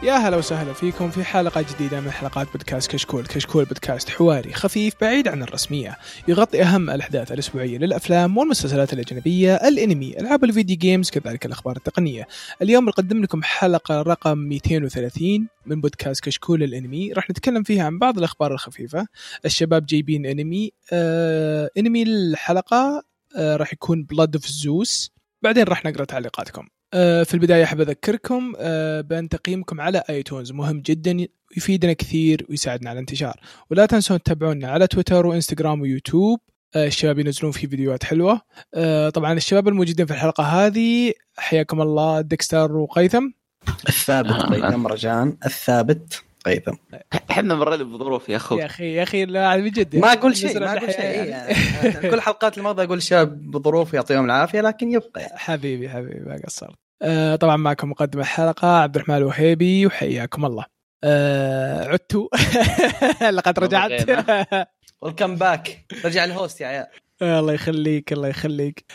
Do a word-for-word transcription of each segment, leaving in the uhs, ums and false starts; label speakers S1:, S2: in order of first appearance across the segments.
S1: يا هلا وسهلا فيكم في حلقة جديدة من حلقات بودكاست كشكول. كشكول بودكاست حواري خفيف بعيد عن الرسمية، يغطي أهم الأحداث الأسبوعية للأفلام والمسلسلات الأجنبية، الأنمي، ألعاب الفيديو جيمز، كذلك الأخبار التقنية. اليوم نقدم لكم حلقة رقم مئتين وثلاثين من بودكاست كشكول الأنمي، راح نتكلم فيها عن بعض الأخبار الخفيفة. الشباب جايبين أنمي آه، أنمي الحلقة آه، راح يكون بلاد اوف زوس، بعدين راح نقرأ تعليقاتكم. في البداية أحب أذكركم بأن تقييمكم على آيتونز مهم جدا، يفيدنا كثير ويساعدنا على الانتشار. ولا تنسون تتابعونا على تويتر وإنستغرام ويوتيوب، الشباب ينزلون فيه فيديوهات حلوة. طبعا الشباب الموجودين في الحلقة هذه حياكم الله، ديكستر وقيثم.
S2: الثابت قيثم، رجان الثابت قيثم.
S3: احنا مرينا بظروف يا اخو
S1: يا اخي يا اخي لا بجد
S2: ما اقول شيء ما اقول شيء يعني. كل حلقات الماضي اقول شاب بظروف يعطيهم العافيه، لكن يبقى
S1: حبيبي حبيبي ما قصرت. آه طبعا معكم مقدم الحلقه عبد الرحمن الوهيبي، وحياكم الله. آه عدتوا لقد رجعت.
S2: ويلكم باك، رجع الهوست يا عيال.
S1: الله يخليك الله يخليك.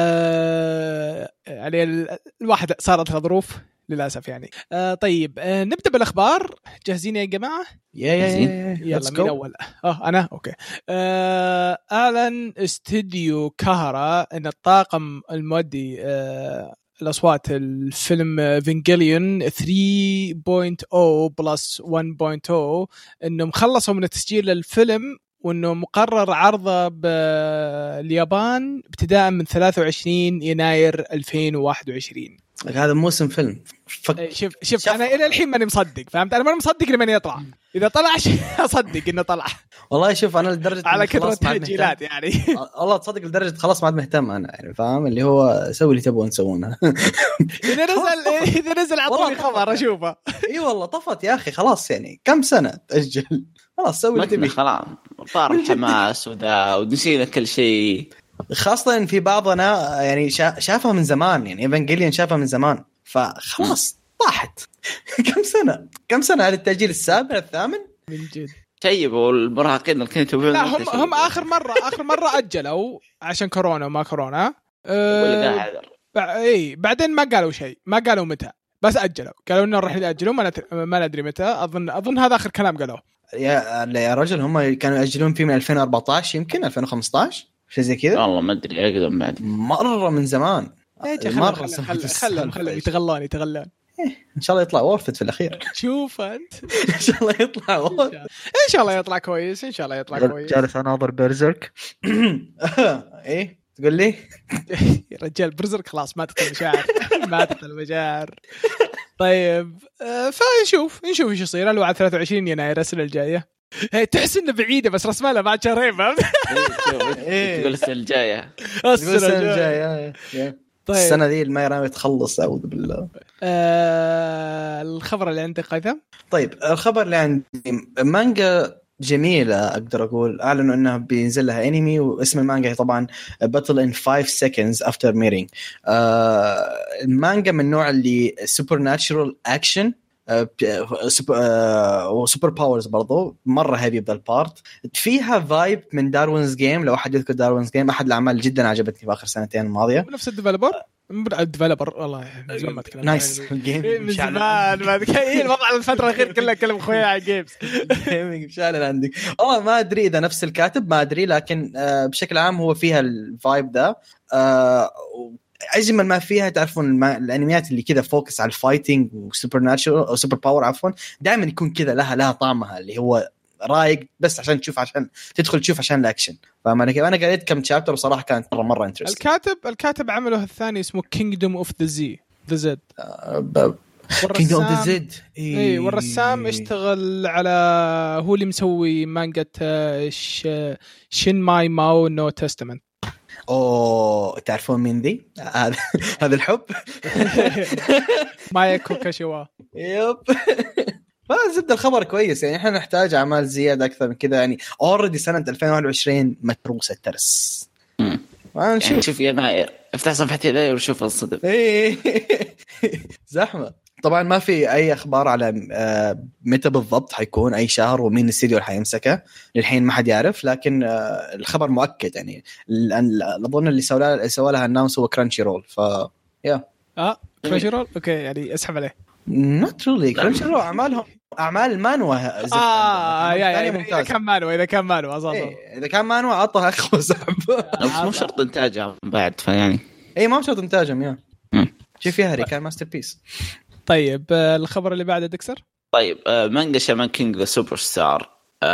S1: آه يعني الواحد صارت له ظروف للأسف يعني. آه طيب آه نبدأ بالأخبار. جاهزين يا جماعة؟
S2: يا يا يا
S1: يلا من أول. آه أنا أوكي. آه أعلن استوديو كهرا أن الطاقم المؤدي آه الأصوات الفيلم فينجيليون ثلاثة نقطة صفر بلس واحد نقطة صفر إنهم خلصوا من تسجيل الفيلم، وإنه مقرر عرضه باليابان ابتداء من ثلاثة وعشرين يناير ألفين وواحد وعشرين.
S2: هذا موسم فيلم.
S1: فك... شوف شوف شف... انا الى الحين ماني مصدق، فهمت؟ انا ماني مصدق لمن يطلع. اذا طلع اصدق انه طلع.
S2: والله شوف انا لدرجه
S1: على كثره التسجيلات يعني.
S2: والله تصدق لدرجه خلاص ما عاد مهتم انا يعني، فاهم اللي هو سوي اللي تبغون تسوونه.
S1: اذا نزل اذا نزل اعطوني خبر اشوفه.
S2: اي والله طفت يا اخي خلاص يعني كم سنه تاجل، خلاص سوي اللي تبي.
S3: خلاص طار الحماس وذا ونسينا كل شيء،
S2: خاصة في بعضنا يعني شافها من زمان، يعني إيفانجيليون شافها من زمان، فخلاص طاحت. كم سنة كم سنة هذا التأجيل السابع الثامن
S1: من جد.
S3: طيب والمراهقين اللي كانوا يتابعون
S1: لا هم هم آخر مرة آخر مرة أجلوا عشان كورونا وما كورونا.
S3: أه
S1: بع... إيه بعدين ما قالوا شيء، ما قالوا متى، بس أجلوا، قالوا إنه راح يأجلوا، ما ندري ما ندري متى. أظن أظن هذا آخر كلام قالوه.
S2: يا يا رجل هم كانوا يأجلون فيه من ألفين وأربعة عشر يمكن ألفين وخمسة عشر شيء زي كذا.
S3: والله ما أدري أقدم بعد
S2: مرة من زمان.
S1: مرة خلهم خلهم يتغلون يتغلون.
S2: إن شاء الله يطلع وورفت في الأخير.
S1: شوف أنت.
S2: إن شاء الله يطلع وورفت.
S1: إن شاء الله يطلع كويس. إن شاء الله يطلع كويس.
S2: جالس أناظر بيرزيرك. إيه تقول لي؟
S1: يا رجال برزيرك خلاص ماتت المشاعر. ماتت المشاعر. طيب فنشوف نشوف إيش يصير. لو على ثلاثة وعشرين يناير السنة الجاية. تحس إنه بعيدة بس رسمها له بعد شهرين.
S3: تقول السنة الجاية.
S2: السنة الجاية. طيب. السنة ذي ما يرام تخلص أعوذ بالله.
S1: آه الخبر اللي عندك قيثم؟
S2: طيب الخبر اللي عندي مانجا جميلة أقدر أقول، أعلنوا أنها بينزل لها أنمي، واسم المانجا طبعا Battle in five seconds after meeting. آه المانجا من نوع اللي supernatural action وسوبر باورز برضو مرة هيفي بالبارت، فيها فايب من داروينز جيم. لو أحد يذكر داروينز جيم، أحد الأعمال جدا عجبتني في آخر سنتين الماضية.
S1: نفس الديفلوبر الديفلوبر والله زمان ما تكلمنا
S2: نايس الجيم
S1: من زمان ما ذكي الوضع الفترة الأخيرة كلها كلام خويا على جيمز
S2: جيمينج مشان عندك. والله ما أدري إذا نفس الكاتب، ما أدري، لكن بشكل عام هو فيها الفايب ده. أجمل ما فيها تعرفون الأنميات اللي كذا فوكس على الفايتنج وسوبر ناتشورال أو سوبر باور عفوا، دائما يكون كذا لها لها طعمها اللي هو رايق بس عشان تشوف، عشان تدخل تشوف عشان الأكشن. فما أنا كيف أنا قريت كم شابتر وصراحة كانت مرة مرة انترست.
S1: الكاتب الكاتب عمله الثاني اسمه Kingdom of the Z the Z
S2: Kingdom of the Z.
S1: إيه والرسام اشتغل على هو اللي مسوي مانجا ش... شين ماي ماو نو تستمنت.
S2: أوه تعرفون مين ذي؟ هذا هذا الحب.
S1: مايكو كاشيوا.
S2: يب. فزبد الخبر كويس يعني، احنا نحتاج اعمال زياده اكثر من كذا يعني. اوريدي سنه ألفين وواحد وعشرين متروسه الترس.
S3: امم يعني شوف يناير، افتح صفحه يناير وشوف الصدف.
S2: ايه زحمه. طبعا ما في اي اخبار على متى بالضبط حيكون اي شهر ومين الاستديو اللي حيمسكه للحين، ما حد يعرف، لكن الخبر مؤكد يعني. اظن اللي سوى سوى لها الناونس هو كرانشي رول. ف يا
S1: اه كرانشي رول اوكي يعني اسحب عليه.
S2: not really كرانشي اعمالهم اعمال مانوا
S1: اه يعني اذا كان مانوا اذا كان مانوا اساسا
S2: إيه اذا كان مانوا عطها اخو سحب
S3: مو شرط انتاجهم بعد فيعني
S2: اي ما شرط انتاجهم يا شوف فيها هاري كان ماستر بيس.
S1: طيب الخبر اللي بعده دكسر.
S3: طيب مانجا شامان كينج ذا سوبر ستار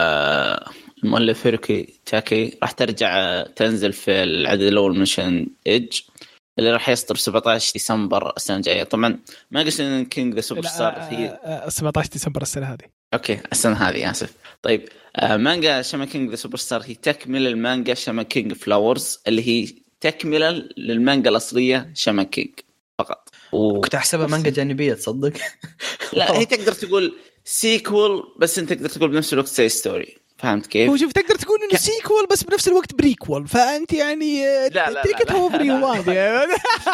S3: المؤلف هيروكي تاكي راح ترجع تنزل في العدد الاول من شان ايج اللي راح يصدر سبعة عشر ديسمبر السنه الجايه. طبعا مانجا شامان كينج ذا سوبر ستار هي
S1: سبعة عشر ديسمبر السنه هذه.
S3: اوكي السنه هذه اسف. طيب مانجا شامان كينج ذا سوبر ستار هي تكمل المانجا شامان كينج فلاورز اللي هي تكمله للمانجا الاصليه شامان كينج فقط.
S2: و... كنت احسبها مانجا جانبيه تصدق.
S3: لا هي تقدر تقول سيكول بس انت تقدر تقول بنفس الوقت سي ستوري. فهمت كيف؟
S1: هو شوف تقدر تقول انه ك... سيكول بس بنفس الوقت بريكول فانت يعني تيكت اوفر يو واند.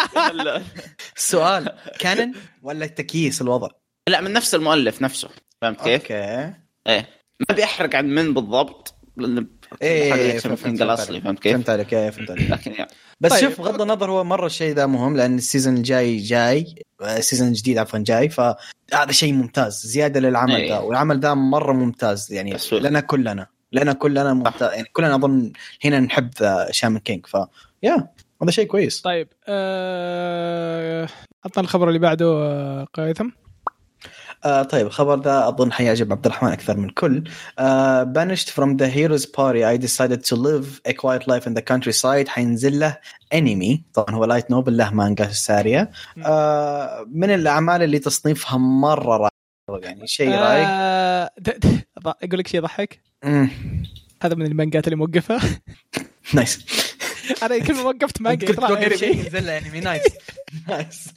S2: السؤال كانن ولا تكييس الوضع؟
S3: لا من نفس المؤلف نفسه. فهمت كيف؟
S2: اوكي
S3: ايه ما بيحرق عن من بالضبط
S2: ايه
S3: فهمت الاصلي. فهمت كيف؟
S2: فهمت عليك ايه فهمت عليك.
S3: لكن يعني
S2: بس طيب. شوف بغض النظر هو مره الشيء ذا مهم لان السيزون الجاي جاي السيزون الجديد عفوا جاي فهذا شيء ممتاز زياده للعمل
S3: أيه.
S2: ذا والعمل ذا مره ممتاز يعني لنا كلنا لنا كلنا ممتاز يعني كلنا اظن هنا نحب شامان كينج ف يا هذا شيء كويس.
S1: طيب أه... عطنا الخبر اللي بعده قايثم.
S2: آه طيب الخبر ده أظن حيعجب عبد الرحمن أكثر من كل. آه banished from the heroes party I decided to live a quiet life in the countryside حينزل له أنمي طبعا هو لايت نوبل له مانجا سارية. آه من الأعمال اللي تصنيفها مرة رائع يعني شيء رايق.
S1: آه أقول لك شيء ضحك هذا من المانجات اللي موقفها.
S2: نايس.
S1: أنا كل ما وقفت مانجا يطلع
S2: غير شيء ينزل له أنمي نايس نايس.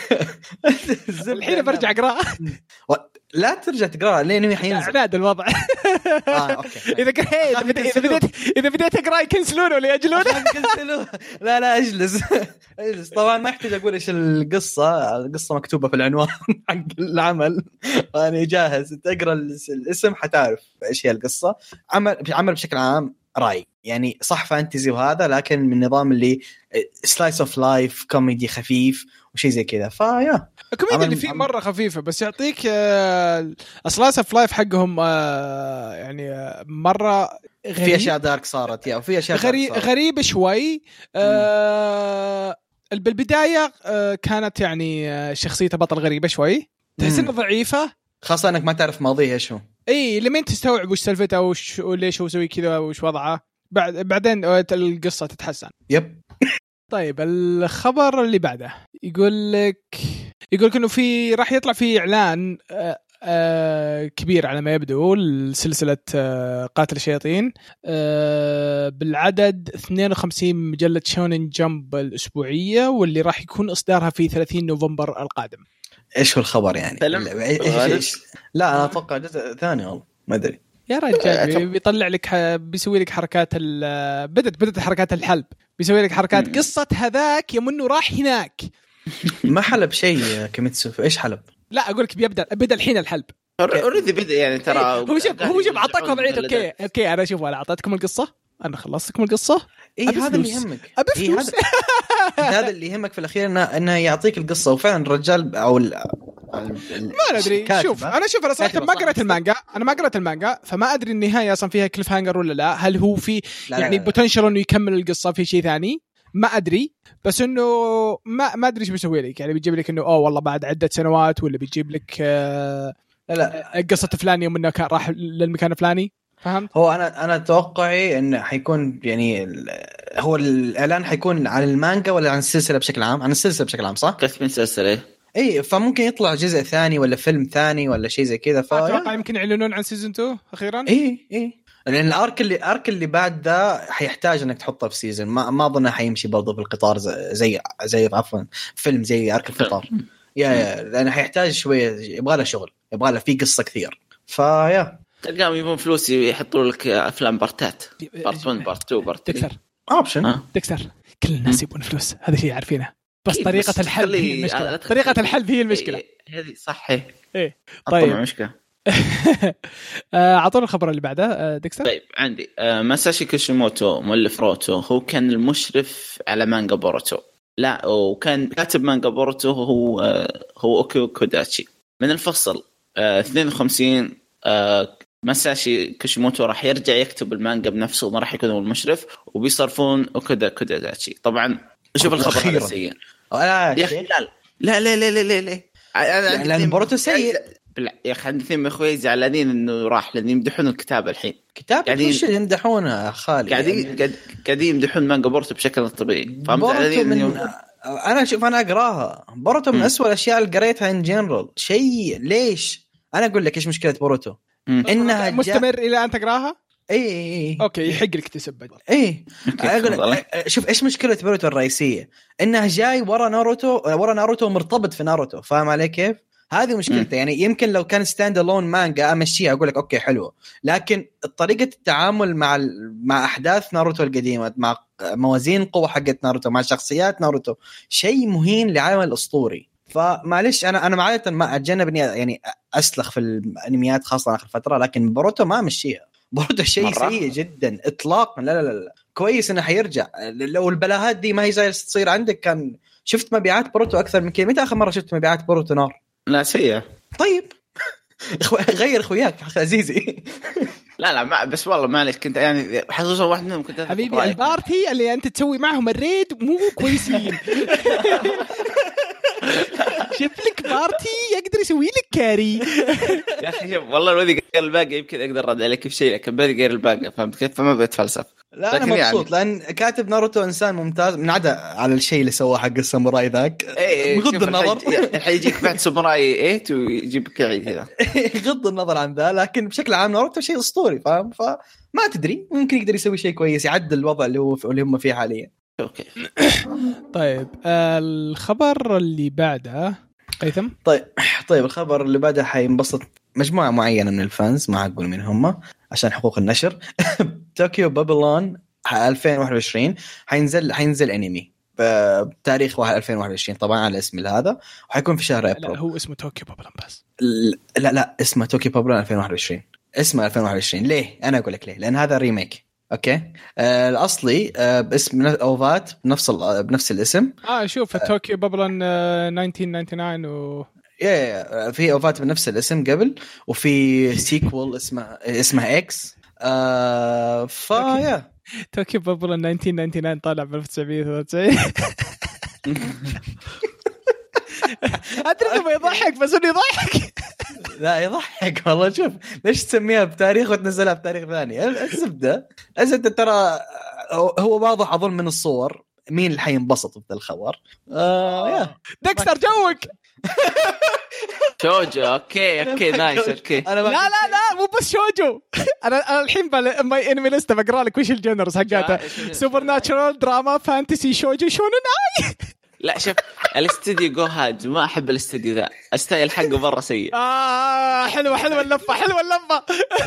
S1: الحين برجع أقرأ.
S2: لا ترجع تقرأ لأنه حينزل
S1: إعداد الوضع.
S2: آه أوكي.
S1: إذا إذا بديت إذا بديت أقرأ يكنسلونه ولا يأجلونه.
S2: لا لا أجلس أجلس طبعا ما يحتاج أقول إيش القصة القصة مكتوبة في العنوان حق العمل أنا جاهز تقرأ الاسم حتعرف إيش هي القصة. عمل عمل بشكل عام راي يعني صح فانتزي وهذا لكن من النظام اللي سلايس اوف لايف كوميدي خفيف وشيء زي كذا فيا
S1: الكوميديا اللي فيه مرة خفيفة بس يعطيك سلايس اوف لايف حقهم آه يعني آه مرة غريب.
S2: في اشياء دارك صارت يا وفي اشياء
S1: غريب غريبة شوي آه بالبداية آه كانت يعني آه شخصيته بطل غريبة شوي تحس انها ضعيفة
S2: خاصة انك ما تعرف ماضيه ايش هو
S1: اي لمين تستوعب وش سالفته وش وليش هو يسوي كذا وش وضعه بعد بعدين القصة تتحسن.
S2: يب.
S1: طيب الخبر اللي بعده يقول لك يقول لك انه في راح يطلع في اعلان آآ آآ كبير على ما يبدو لسلسلة قاتل الشياطين بالعدد اثنين وخمسين مجلة شونين جمب الأسبوعية واللي راح يكون إصدارها في ثلاثين نوفمبر القادم.
S2: إيش هو الخبر يعني؟ إيش إيش؟ لا أنا أتوقع جزء ثاني والله ما أدري.
S1: يا رجال بيطلع لك بيسوي لك حركات ال بدت بدت حركات الحلب بيسوي لك حركات قصة هذاك يمنه راح هناك.
S2: ما حلب شيء كيميتسو إيش حلب؟
S1: لا أقول لك بيبدأ بدأ الحين الحلب.
S3: أريد بدأ يعني ترى
S1: هو شوف هو شوف عطاك وضعية أوكي أوكي أنا شوف أنا أعطيتكم القصة أنا خلصتكم القصة.
S2: إيه هذا اللي يهمك.
S1: إيه هذا
S2: هذا اللي يهمك في الأخير إنه إنه يعطيك القصة وفعلا الرجال أو ال
S1: ما ندري شوف أنا شوف أنا صراحة ما قرأت المانجا أنا ما قرأت المانجا فما أدري النهاية أصلا فيها كليف هانجر ولا لا هل هو في
S2: لا
S1: يعني
S2: لا
S1: بوتنشل إنه يكمل القصة في شيء ثاني ما أدري بس إنه ما ما أدري إيش بيسوي لك يعني بيجيب لك إنه أوه والله بعد عدة سنوات ولا بيجيب لك آه
S2: لا لا
S1: قصة فلاني ومنه راح للمكان الفلاني فهمت؟
S2: هو أنا أنا توقعي إنه حيكون يعني هو الإعلان حيكون عن المانجا ولا عن السلسلة بشكل عام عن السلسلة بشكل عام صح؟
S3: قسم من سلسلة
S2: اي فممكن يطلع جزء ثاني ولا فيلم ثاني ولا شيء زي كذا
S1: فاتوقع يمكن يعلنون عن سيزون اثنين اخيرا.
S2: اي اي لان الارك اللي ارك اللي بعد ده حيحتاج انك تحطه في سيزون ما ما اظن حيمشي برضه في القطار زي زي عفوا فيلم زي ارك القطار يا يا لانه حيحتاج شويه يبغى له شغل يبغى له في قصه كثير فيا
S3: تلقاهم يبون فلوس يحطوا لك افلام بارتات بارت واحد بارت اثنين بارت
S1: تكسر
S2: اوبشن
S1: تكسر كل الناس يبون فلوس هذا شيء عارفينه بس طريقة الحل هي المشكلة طريقة الحل هي المشكلة
S3: هذه صح ايه
S1: طيب
S3: مشكلة
S1: أعطونا الخبر اللي بعده ديكستر.
S3: طيب عندي ماساشي كيشيموتو مؤلف روتو هو كان المشرف على مانجا بوروتو لا وكان كاتب مانجا بوروتو هو هو اوكيو كوداتشي من الفصل آه اثنين وخمسين آه ماساشي كيشيموتو راح يرجع يكتب المانجا بنفسه، وما راح يكون هو المشرف، وبيصرفون وكذا كذا داتشي. طبعا شوف الخبر هذا سيء يا اخي. لا لا لا لا لا لا لا
S2: يعني لان بوروتو سيء
S3: يا اخي. عندي اثنين من اخوي زعلانين انه راح، لان يمدحون الكتاب الحين.
S2: كتاب ايش يمدحونه خالي؟
S3: قاعدين يعني... قاعدين يمدحون مانجا بوروتو بشكل طبيعي. فهمت علي؟ من...
S2: انا شوف انا اقراها بوروتو من أسوأ الاشياء اللي قريتها ان جنرال. شيء ليش انا اقول لك ايش مشكله بوروتو؟
S1: انها مستمر جا... الى ان تقراها.
S2: اي اي
S1: اوكي يحق لك تسب.
S2: اي اقول شوف ايش مشكله بوروتو الرئيسيه، انها جاي ورا ناروتو، ورا ناروتو مرتبط في ناروتو. فاهم علي كيف؟ هذه مشكلته. يعني يمكن لو كان ستاند الون مانجا امشيها اقول لك اوكي حلوه، لكن طريقه التعامل مع ال... مع احداث ناروتو القديمه، مع موازين القوه حقت ناروتو، مع شخصيات ناروتو، شيء مهين لعالم الاسطوري. فمعلش انا انا عاده ما اتجنب اني يعني اسلخ في الانميات خاصه اخر فتره، لكن بوروتو ما مشيها. بوروتو شيء سيء جدا اطلاقا. لا لا لا كويس انه حيرجع. لو البلاهات دي ما هي زي تصير عندك، كان شفت مبيعات بوروتو اكثر من كذا. متى اخر مره شفت مبيعات بوروتو نار؟
S3: لا سيئة.
S2: طيب غير اخوياك عزيزي.
S3: لا لا ما بس والله معلش كنت يعني خصوصا واحد منهم كنت
S1: حبيبي البارتي اللي انت تسوي معهم الريد مو كويسين. شوف لك بارتي يقدر يسوي لك كاري.
S3: يا اخي شوف والله الوذي غير الباقي يمكن اقدر رد عليك في شيء، لكن بدي غير الباقي فهمت كيف؟ فما بتفلسف.
S2: لا انا مبسوط يعني. لان كاتب ناروتو انسان ممتاز، من عدا على الشيء اللي سواه حق الساموراي ذاك. بغض النظر
S3: الحين يجيك بعد ساموراي ثمانية ويجيب كعيد هذا.
S2: بغض النظر عن ذا، لكن بشكل عام ناروتو شيء اسطوري فاهم. فما تدري ممكن يقدر يسوي شيء كويس يعدل الوضع اللي هو اللي هم فيه حاليا.
S3: اوكي
S1: طيب الخبر اللي بعده قيثم.
S2: طيب طيب الخبر اللي بعده حينبسط مجموعه معينه من الفانز، ما اقول مين هم عشان حقوق النشر. طوكيو بابلون ألفين وواحد وعشرين حينزل حينزل انمي بتاريخ ألفين وواحد وعشرين طبعا على اسم هذا، وحيكون في شهر ابريل.
S1: لا هو اسمه طوكيو بابلون بس.
S2: لا لا اسمه طوكيو بابلون ألفين وواحد وعشرين. اسمه ألفين وواحد وعشرين ليه؟ انا اقول لك ليه. لان هذا ريميك. اوكي آه الاصلي آه باسم اوفات بنفس بنفس الاسم.
S1: اه شوف طوكيو بابلون آه ألف وتسعمية وتسعة وتسعين و
S2: يا في اوفات بنفس الاسم قبل، وفي سيكوال اسمه اسمه اكس. آه فيا
S1: طوكيو بابلون ألف وتسعمية وتسعة وتسعين طالع ب ألف وتسعمية وثلاثة وتسعين. أدري إنه يضحك بس إنه يضحك.
S2: لا يضحك والله. شوف ليش تسميها بتاريخ وتنزلها بتاريخ ثاني؟ الزبدة الزبدة ترى هو واضح أظن من الصور مين اللي حينبسط بهذا الخبر. آه يا
S1: ديكستر جوك.
S3: شوجو اوكي اوكي نايس اوكي.
S1: لا لا لا مو بس شوجو. انا انا الحين ماي انمي ليست بقرا لك وش الجنرز حقاتها. سوبر ناتشرال دراما فانتسي شوجو شونن.
S3: لا شوف الاستديو جو هاج ما احب الاستديو ذا، استايل حقه برا سيء.
S1: اه حلوه حلوه اللفه حلوه اللفه.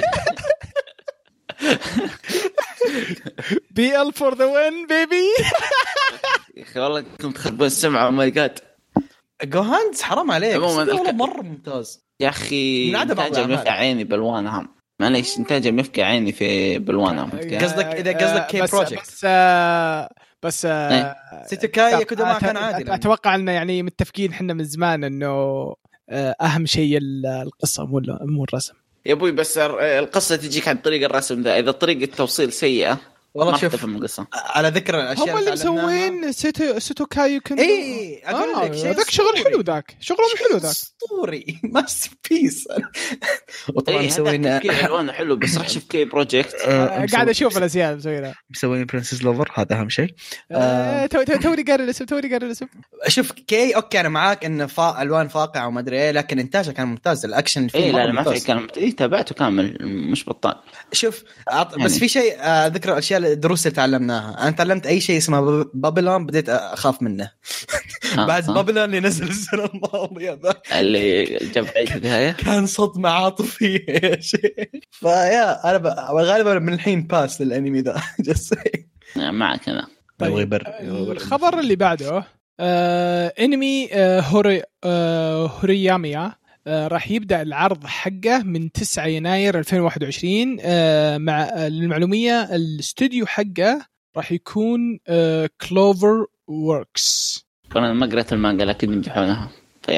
S1: بي ال فور ذا وين بيبي.
S3: يا اخي والله كنت تخربون السمعه. ماي جاد
S2: جوهانز حرام عليك والله مره ممتاز
S3: يا اخي. انتاجه مفقع عيني بالوانهم. معليش انتاجه مفقع عيني في بالوانهم.
S2: قصدك اذا قصدك كي بروجكت
S1: بس بس
S2: سيتوكاي كده ما كان عادي.
S1: اتوقع انه يعني متفقين احنا من زمان انه اهم شيء القصه مو مو الرسم
S3: يا ابوي. بس القصه تجيك عن طريق الرسم ذا. اذا طريقه التوصيل سيئه
S2: والله شوف على ذكر الاشياء
S1: هم اللي مسوين سيتو سيتوكاي كنت
S2: اي اقول
S1: آه
S2: لك شيء
S1: ذاك شغل حلو ذاك شغلهم حلو ذاك
S2: اسطوري ماستر بيس. وطبعا مسوين
S3: الوانه حلو بس راح شوف كي بروجكت
S1: قاعد اشوف الاشياء مسوينها
S2: مسوين برنسس لوفر هذا اهم شيء.
S1: تو توني قاري الاسم توني قاري الاسم.
S2: شوف كي اوكي انا معاك ان فا... الوان فاقعه وما ادري ايه، لكن انتاجه كان ممتاز. الاكشن اللي فيه
S3: إيه لا ما في كان إيه تابعته كامل مش بطال.
S2: شوف أعط... يعني. بس في شيء آه ذكر الاشياء الدروس اللي تعلمناها. انا تعلمت اي شيء اسمه بابلون بديت اخاف منه. بعد بابلون اللي نزل السنه الماضيه ذا
S3: اللي جاب عيد النهايه
S2: كان صدمه عاطفيه يا شيخ. فيا انا ب... غالبا من الحين باس للانمي ذا جس
S3: معك انا.
S1: طيب الخبر اللي بعده آه انمي آه هوري آه هورياميا آه راح يبدأ العرض حقه من تسعة يناير ألفين وواحد وعشرين. آه مع آه للمعلومية الاستوديو حقه راح يكون آه كلوفر ووركس.
S3: أنا ما قرأت المانجا لكن يمدحونها فيا.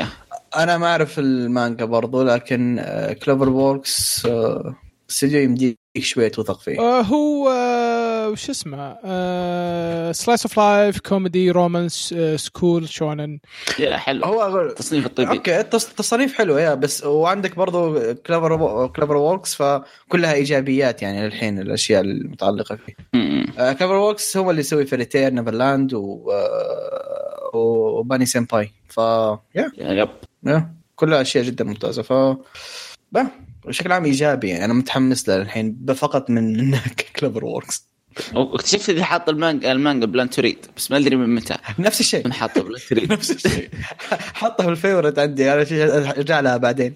S2: انا ما اعرف المانجا برضو، لكن كلوفر ووركس استوديو يمديك شويه توثق فيه.
S1: آه هو آه وش اسمه آه سلايس اوف لايف كوميدي رومانس آه سكول شونن.
S3: يا حلو،
S2: هو
S3: تصنيف الطبي.
S2: اوكي التصنيف حلو يا بس. وعندك برضو كلوفر كلوفر ووركس فكلها ايجابيات يعني للحين الاشياء المتعلقه فيه. آه كلوفر ووركس هو اللي يسوي فريتير نيفرلاند و آه وباني سيمباي. ف يا
S3: يب
S2: يا كلها اشياء جدا ممتازه. ف با بشكل عام ايجابي يعني. انا متحمس له الحين فقط من كلوفر ووركس.
S3: واكتشفت إذا حاط المانجا المانجا بلان تريد، بس ما أدري من متى.
S2: نفس الشيء
S3: من حاطه بلان تريد
S2: نفس الشيء حطه في الفيورت عندي أنا، شيء أرجع لها بعدين.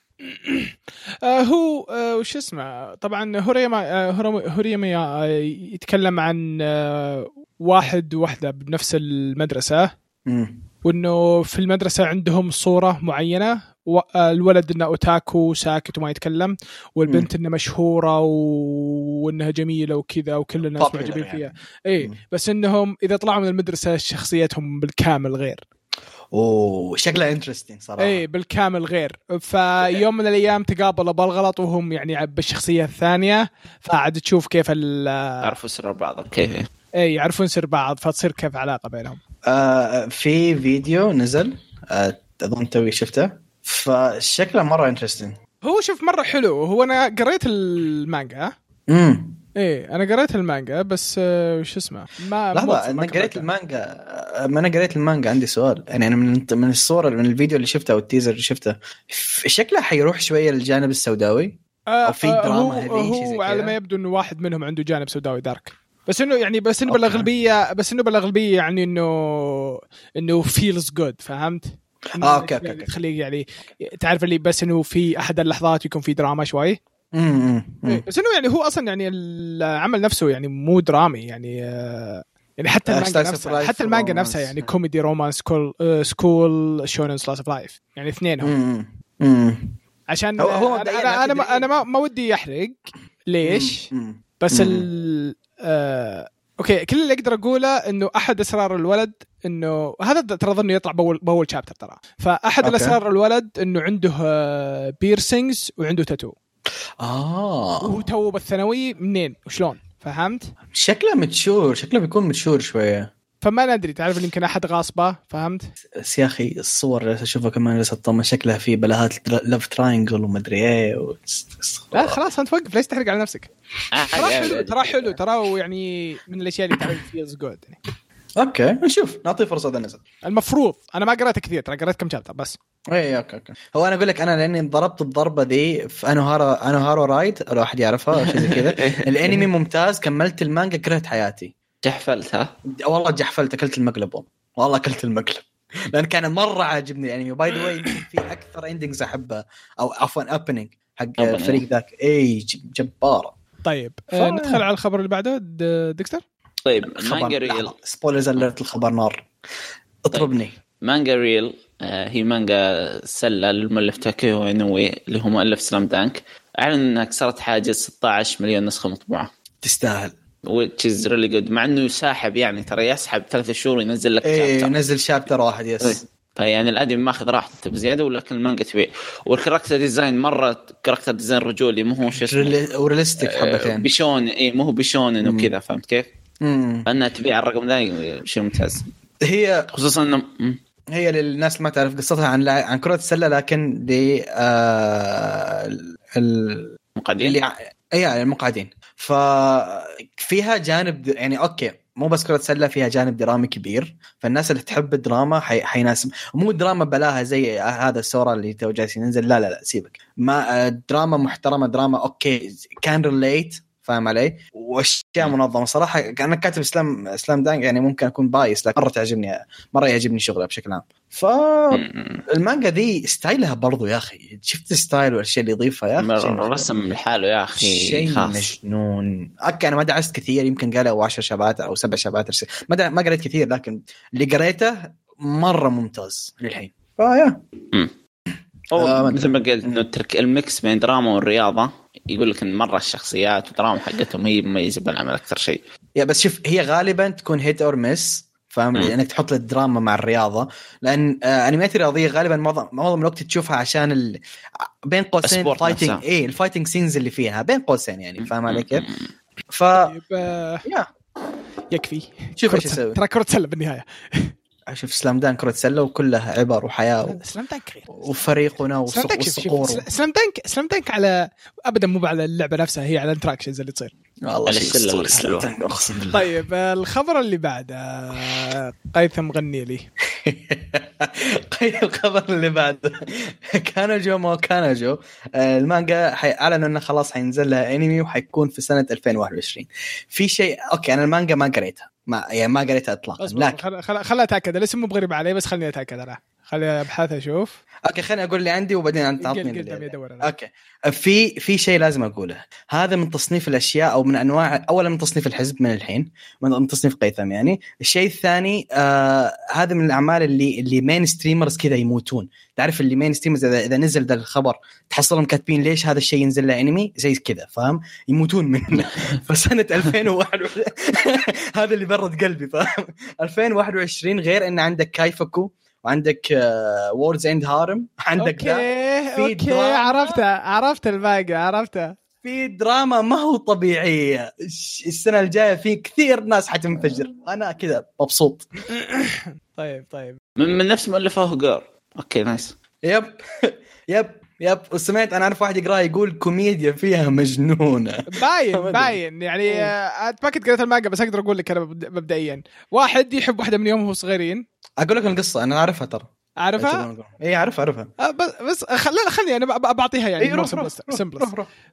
S1: آه هو آه وش اسمه طبعا هوريما آه هوريما آه يتكلم عن آه واحد وواحدة بنفس المدرسة.
S2: مم.
S1: وإنه في المدرسة عندهم صورة معينة، والولد إنه أوتاكو ساكت وما يتكلم، والبنت إنه مشهورة وإنها جميلة وكذا وكل الناس معجبين فيها يعني. إيه بس إنهم إذا طلعوا من المدرسة شخصيتهم بالكامل غير.
S2: اوه شكلها انترستينج صراحه.
S1: ايه بالكامل غير. فيوم من الايام تقابلوا بالغلط وهم يعني بالشخصيه الثانيه، فعاد تشوف كيف
S3: يعرفوا سر بعض كيف
S1: ايه يعرفون سر بعض، فتصير كيف علاقه بينهم.
S2: آه في فيديو نزل آه اظن توي شفته، فشكله مره انترستينج.
S1: هو شوف مره حلو. هو انا قريت المانجا.
S2: امم
S1: ايه انا قريت المانجا بس آه وش اسمه ما
S2: لحظه انا قريت المانجا. ما انا قريت المانجا عندي سؤال يعني. انا من من الصوره من الفيديو اللي شفته والتيزر اللي شفته شكله حيروح شويه للجانب السوداوي
S1: آه
S2: او في دراما
S1: هو
S2: هذه شيء زي
S1: هو على ما يبدو انه واحد منهم عنده جانب سوداوي دارك، بس انه يعني بس انه بالاغلبيه بس انه بالاغلبيه يعني انه انه فيلز جود فهمت.
S2: اه اوكي اوكي
S1: تخليه يعني تعرف اللي بس انه في احد اللحظات يكون في دراما شوي.
S2: امم
S1: بس انه يعني هو اصلا يعني العمل نفسه يعني مو درامي يعني يعني حتى المانجا نفسها حتى المانجا نفسها يعني كوميدي رومانس سكول سكول شونن سلاش اوف لايف يعني اثنينهم.
S2: امم
S1: عشان هو هو انا انا ما انا ما, ما ودي احرق ليش مم. بس مم. ال آه اوكي كل اللي اقدر اقوله انه احد اسرار الولد انه هذا ترى ظنه يطلع باول باول شابتر ترى. فاحد أوكي. الاسرار الولد انه عنده بيرسينجز وعنده تاتو.
S2: اه
S1: وهو تو بالثانوي منين وشلون فهمت.
S2: شكله متشور شكله بيكون متشور شويه
S1: فما ندري تعرف اللي يمكن احد غاصبه فهمت.
S2: يا اخي الصور اللي اشوفها كمان لسه طمه شكلها في بلاهات لف تراينجل وما ادري ايه و...
S1: لا خلاص انت وقف ليش تحرق على نفسك. ترى حلو ترى حلو ترى يعني من الاشياء اللي تعرف فيلز جود يعني.
S2: اوكي نشوف نعطيه فرصه ده نزل.
S1: المفروض انا ما قرأت كثير ترى قرأت كم شابتر بس.
S2: اي اوكي اوكي هو انا اقول لك انا لاني ضربت الضربه دي في انوهارا انوهارا رايد لو احد يعرفها شيء زي كذا. الانمي ممتاز كملت المانجا كرهت حياتي.
S3: جحفلتها
S2: والله جحفلت اكلت المقلب والله اكلت المقلب لان كان مره عاجبني الانمي. باي ذا واي في اكثر اندنجز احبها او عفوا اوبننج حق الفريق ذاك اي جبار.
S1: طيب ف... ندخل على الخبر اللي بعده ديكستر.
S3: طيب مانجا ريل
S2: سبويلرز الرت الخبر نار اطربني.
S3: طيب. مانجا ريل آه هي مانجا سلة للمؤلف تاكيو إنوي اللي هو مؤلف سلام دانك. أعلن أنها كسرت حاجز ستة عشر مليون نسخة مطبوعة.
S2: تستاهل
S3: which is really good مع إنه يساحب يعني ترى يسحب ثلاثة شهور ينزل لك
S2: إيه شابتر. ينزل شابتر واحد يس.
S3: فيعني الأدمي ماخذ راحته بزيادة ولكن المانجا تبيع. والكاركتر ديزاين مرة كاركتر ديزاين رجولي مو هو شيء اسمه
S2: وريالستيك حبتين
S3: بيشون إيه مو هو بيشون وكذا فهمت كيف؟
S2: مم.
S3: فأنها تبيع الرقم ذا شيء ممتاز.
S2: هي
S3: خصوصا إنه
S2: هي للناس ما تعرف قصتها عن عن كرة السلة لكن دي آه
S3: المقعدين
S2: اللي اي المقعدين. ففيها جانب يعني اوكي مو بس كرة سلة فيها جانب درامي كبير. فالناس اللي تحب الدراما حي... حيناسب. مو دراما بلاها زي هذا السورة اللي تو جالس ينزل لا لا لا سيبك ما دراما محترمة دراما اوكي كان ريليت فاهم علي واشياء منظمه صراحه. انا كاتب اسلام اسلام دانك يعني ممكن اكون بايس لكن مره تعجبني مره يعجبني شغله بشكل عام. فالمانجا دي ستايلها برضو يا اخي شفت ستايل والاشياء اللي يضيفها يا اخي
S3: رسم لحاله يا اخي
S2: شيء مجنون. اوكي انا ما دعست كثير يمكن قالوا عشر شباتر او سبع شباتر ما ما قريت كثير لكن اللي قريته مره ممتاز للحين. فيا
S3: آه مثل ما قلت انه ترك الميكس بين دراما والرياضه يقول لك ان مره الشخصيات والدراما حقتهم هي مميزه بالعمل اكثر شيء.
S2: يا بس شوف هي غالبا تكون هيت اور مس فاهم انك يعني تحط الدراما مع الرياضه، لان آه انميات رياضيه غالبا معظم معظم الوقت تشوفها عشان ال... بين قوسين الفايتنج ايه الفايتنج سينز اللي فيها بين قوسين يعني فاهم علي كيف. ف يا
S1: يكفي
S2: شوف ايش يسوي،
S1: ترى كرة سلة بالنهايه.
S2: اشوف سلام دانك كرة سلة وكلها عبر وحياة و...
S1: سلام دانك غير
S2: وفريقنا والصقور.
S1: سلام دانك سلام دانك على ابدا مو على اللعبه نفسها، هي على الانتراكشنز اللي تصير.
S2: والله شيء اقسم بالله.
S1: طيب الخبر اللي بعده قيثم غني لي.
S2: الخبر اللي بعده كانجو ما كانجو المانجا اعلنوا انه خلاص حينزل لها انمي وحيكون في سنة ألفين وواحد وعشرين. في شيء اوكي انا المانجا ما قريتها ما يعني ما قريتها اطلاقا،
S1: لكن خل خل اتاكد الاسم مو بغريب عليه بس خليني اتاكد انا خليني ابحث اشوف.
S2: اوكي خليني اقول اللي عندي وبعدين انت تعطيني. اوكي في في شيء لازم اقوله، هذا من تصنيف الاشياء او من انواع، اولا من تصنيف الحزب من الحين من تصنيف قيثم يعني. الشيء الثاني آه هذا من الاعمال اللي اللي مين ستريمرز كذا يموتون، تعرف اللي مين ستريمرز اذا, إذا نزل ذا الخبر تحصلهم كاتبين ليش هذا الشيء ينزل له انمي زي كذا فاهم، يموتون منه. فسنه ألفين وواحد هذا اللي برد قلبي فاهم. ألفين وواحد وعشرين غير ان عندك كايفكو وعندك ووردز اند هارم، عندك
S1: اوكي اوكي عرفتها عرفت الباقي عرفتها.
S2: في دراما ما هو طبيعيه السنه الجايه، في كثير ناس حتنفجر، انا كذا مبسوط.
S1: طيب طيب
S3: من, من نفس مؤلفه هوغار. اوكي نايس.
S2: يب يب يب وسمعت انا اعرف واحد يقرا يقول كوميديا فيها مجنونه.
S1: باين باين يعني اتاكد قريت المانجا بس اقدر اقول لك انا مبدئيا واحد يحب واحده من يوم وهو صغيرين.
S2: اقول لك القصه انا اعرفها ترى.
S1: عارفها؟
S2: اي اعرف اعرفها
S1: بس خلينا خليني انا بعطيها يعني سمبلس.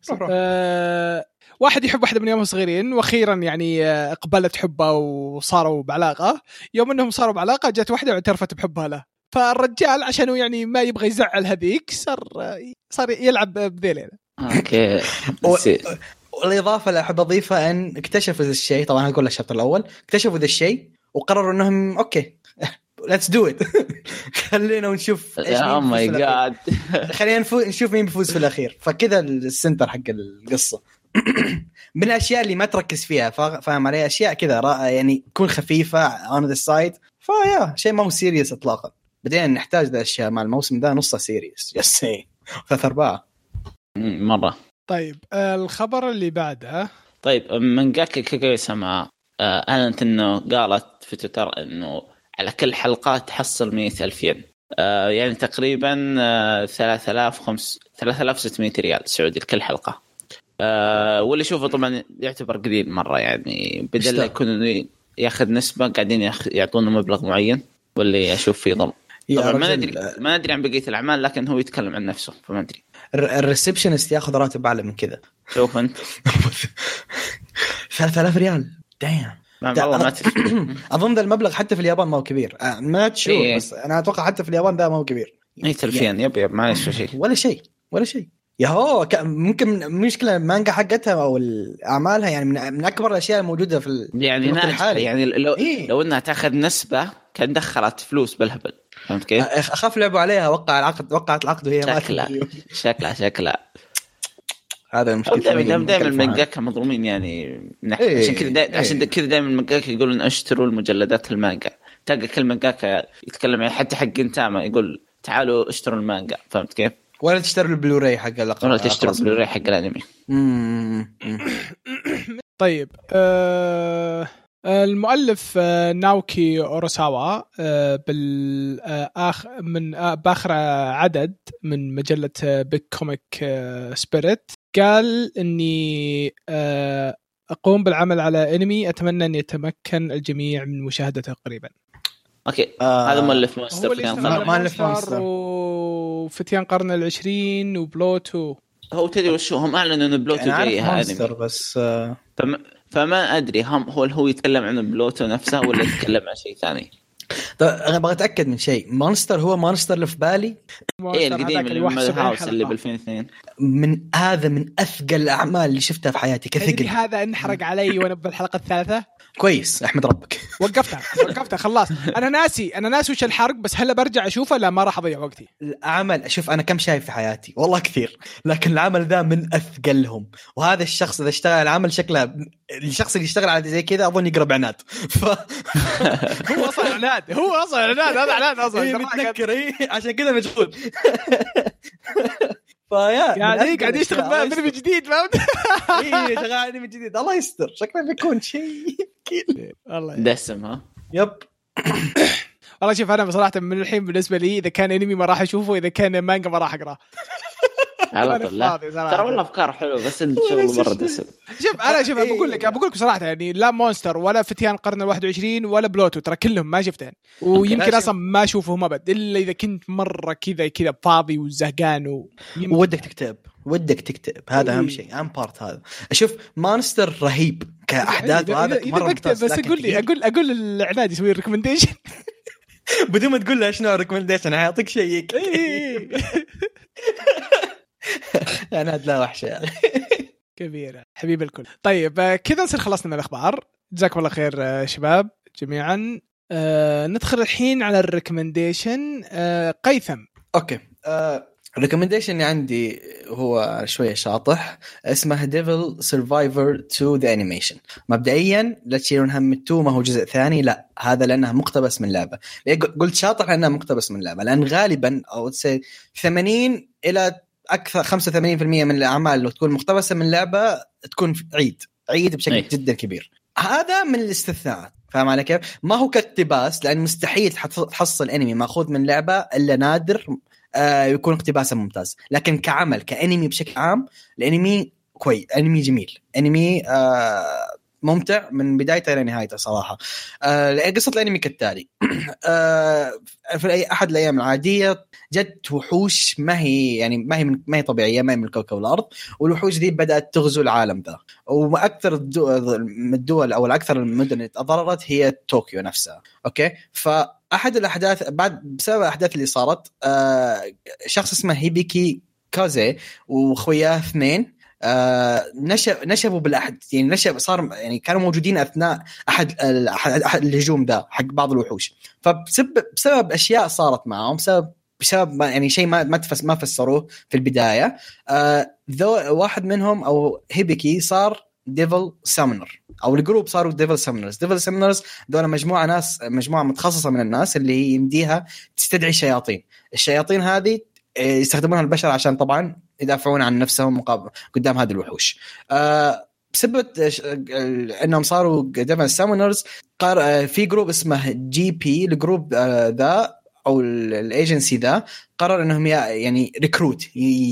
S1: أه واحد يحب واحدة من يوم صغيرين واخيرا يعني اقبلت حبه وصاروا بعلاقه. يوم انهم صاروا بعلاقه جت واحده واعترفت بحبها له، فالرجال عشانه يعني ما يبغى يزعل هذيك صار صار يلعب بذيله.
S3: اوكي
S2: والاضافه اللي احب اضيفها ان اكتشفوا ذا الشيء، طبعا هقول الشابتر الاول، اكتشفوا ذا الشيء وقرروا انهم اوكي let's do it. خلينا ونشوف ايش
S3: oh my god.
S2: خلينا نشوف مين بيفوز في الاخير. فكذا السنتر حق القصه. من الاشياء اللي ما تركز فيها فاهم علي، اشياء كذا يعني تكون خفيفه on the side، فيا شيء ما هو سيريس اطلاقا. بعدين نحتاج ذا الاشياء مع الموسم ذا نصه سيريس يس ثلاث ارباع
S3: مره.
S1: طيب الخبر اللي بعده،
S3: طيب من جاكي كاغويساما اعلنت انه قالت في تويتر انه على كل حلقة تحصل مئة ألف ين، آه يعني تقريبا آه ثلاثة آلاف وخمس ثلاثة آلاف وستمائة ريال سعودي لكل حلقة. آه واللي يشوفه طبعا يعتبر قليل مرة، يعني بدل يكون ياخذ نسبة قاعدين يعطونه مبلغ معين واللي أشوف فيه ظلم. طبعا ما ندري ما ندري عن بقية الأعمال لكن هو يتكلم عن نفسه فما ندري.
S2: الريسبشنست ياخذ راتب أعلى من كذا.
S3: شوف أنت
S2: ثلاثة آلاف ريال دايم.
S3: والله ما
S2: أظن ذا المبلغ حتى في اليابان ما هو كبير، ما تشوف إيه. بس أنا أتوقع حتى في اليابان ذا ما هو كبير.
S3: مئة ألف ين يب يب ما ليش شيء
S2: ولا شيء ولا شيء يا هو ك... ممكن مشكلة المانجا حقتها أو أعمالها يعني من... من أكبر الأشياء الموجودة في ال...
S3: يعني الحالي يعني لو إيه؟ لو إنها تأخذ نسبة كان دخلت فلوس بالهبل فهمت كيف؟
S2: أخاف لعبوا عليها وقع العقد وقعت العقد وهي ما
S3: شكلها شكلها شكلها
S2: هذا المشكلة.
S3: دائما دائما المانجاكا مظلومين يعني إيه عشان كذا دا... إيه عشان كذا دائما المانجاكا يقولون اشتروا المجلدات المانجا. تلقى كل مانجاكا يتكلم يعني حتى حق انتاما يقول تعالوا اشتروا المانجا فهمت كيف؟
S2: ولا تشتروا البلوراي حق الأقرب
S3: ولا تشتروا البلوراي حق الانمي.
S1: طيب أه... المؤلف ناوكي أوروساوا بالآخ من باخر عدد من مجلة بيك كوميك سبيريت قال إني أقوم بالعمل على أنمي أتمنى أن يتمكن الجميع من مشاهدته قريبا.
S3: أوكي آه هذا مؤلف مونستر
S1: مؤلف مونستر وفتيان قرن العشرين وبلوتو.
S3: هو تدري وشو هم أعلنوا إن بلوتو جايها أنمي
S2: بس آه
S3: فم... فما أدري هم هو هو يتكلم عن بلوتو نفسه ولا يتكلم عن شيء ثاني.
S2: طيب أنا أبغى أتأكد من شيء، مونستر هو مونستر اللي في بالي
S3: إيه القديم اللي من الهاوس اللي بالفين واثنين
S2: من هذا من اثقل الاعمال اللي شفتها في حياتي كثقل.
S1: هذا انحرق علي وانا بالحلقه الثالثه.
S2: كويس احمد ربك.
S1: وقفتها وقفتها خلاص. انا ناسي انا ناسي وش الحرق، بس هلا برجع اشوفه. لا ما راح اضيع وقتي.
S2: العمل شوف انا كم شايف في حياتي والله كثير، لكن العمل ذا من اثقلهم. وهذا الشخص اذا اشتغل العمل شكله الشخص اللي يشتغل على زي كذا اظن يقرب عناد. ف...
S1: هو اصلا عناد هو اصلا عناد هذا عناد اصلا
S2: متذكر ايه عشان كذا مشغول. فيا
S1: يعني قاعد يشتغل انمي جديد فهمت.
S2: ايه شغال انمي جديد الله يستر شكله بيكون شيء كذا
S3: والله دسم. ها
S2: يب.
S1: والله شوف انا بصراحه من الحين بالنسبه لي اذا كان انمي ما راح اشوفه، اذا كان مانجا ما راح اقراه
S3: على طول. لا ترى والله افكار حلوه بس الشغل مره دسم.
S1: شوف انا شوف بقول لك بقول لك بصراحه يعني لا مونستر ولا فتيان القرن الواحد وعشرين ولا بلوتو ترى كلهم ما شفتهم، ويمكن اصلا ما اشوفهم ابد الا اذا كنت مره كذا كذا فاضي وزهقان و...
S2: ودك تكتب ودك تكتب هذا اهم شيء. ام بارت هذا اشوف مانستر رهيب كاحداث وهذا مره ممتاز.
S1: بس اقول لي اقول اقول العناد يسوي ريكومنديشن
S2: بدون ما تقول له ايش نوع ريكومنديشن حيعطيك شيء. انا لا وحشه يعني
S1: كبيره حبيب الكل. طيب كذا نصير خلصنا من الاخبار. جزاكم الله خير شباب جميعا. أه ندخل الحين على الريكومنديشن. أه قيثم
S2: اوكي. الريكومنديشن اللي عندي هو شويه شاطح اسمه ديفل سرفايفر تو ذا انيميشن. مبدئيا لا تشيلون هم التو ما هو جزء ثاني، لا هذا لانه مقتبس من لعبه. قلت شاطح لانه مقتبس من لعبه، لان غالبا او ثمانين الى اكثر خمسة وثمانين بالمئة من الاعمال اللي تكون مقتبسه من لعبه تكون عيد عيد بشكل أي. جدا كبير. هذا من الاستثناءات فاهم علي كيف؟ ما هو كاقتباس لان مستحيل تحصل انمي ماخوذ من لعبه الا نادر آه يكون اقتباسا ممتاز. لكن كعمل كانمي بشكل عام الانمي كويس، انمي جميل، انمي آه ممتع من بدايته الى نهايته صراحه. آه قصه الانمي كالتالي. آه في اي احد الايام العاديه جت وحوش ما هي يعني ما هي من ما هي طبيعيه، ما هي من كوكب الارض، والوحوش دي بدات تغزو العالم ذا. واكثر الدول او الاكثر المدن اللي تضررت هي طوكيو نفسها. اوكي فاحد الاحداث بعد بسبب الاحداث اللي صارت آه شخص اسمه هيبيكي كازي واخوياه اثنين آه نشب نشبوا بالأحد يعني نشب صار يعني كانوا موجودين أثناء أحد أحد الهجوم ذا حق بعض الوحوش. فبسبب بسبب أشياء صارت معهم بسبب بسبب يعني شيء ما ما تفس ما فسروه في البداية. آه ذو واحد منهم أو هيبيكي صار ديفل سامنر أو الجروب صاروا ديفل سامنرز. ديفل سامنرز دول مجموعة ناس مجموعة متخصصة من الناس اللي يمديها تستدعي شياطين. الشياطين هذه يستخدمونها البشر عشان طبعا يدافعون عن نفسهم مقابل قدام هذه الوحوش. أه بسبب انهم صاروا ديفل سامونرز قار في جروب اسمه جي بي. الجروب أه ذا او الايجنسي ذا قرر انهم يعني ريكروت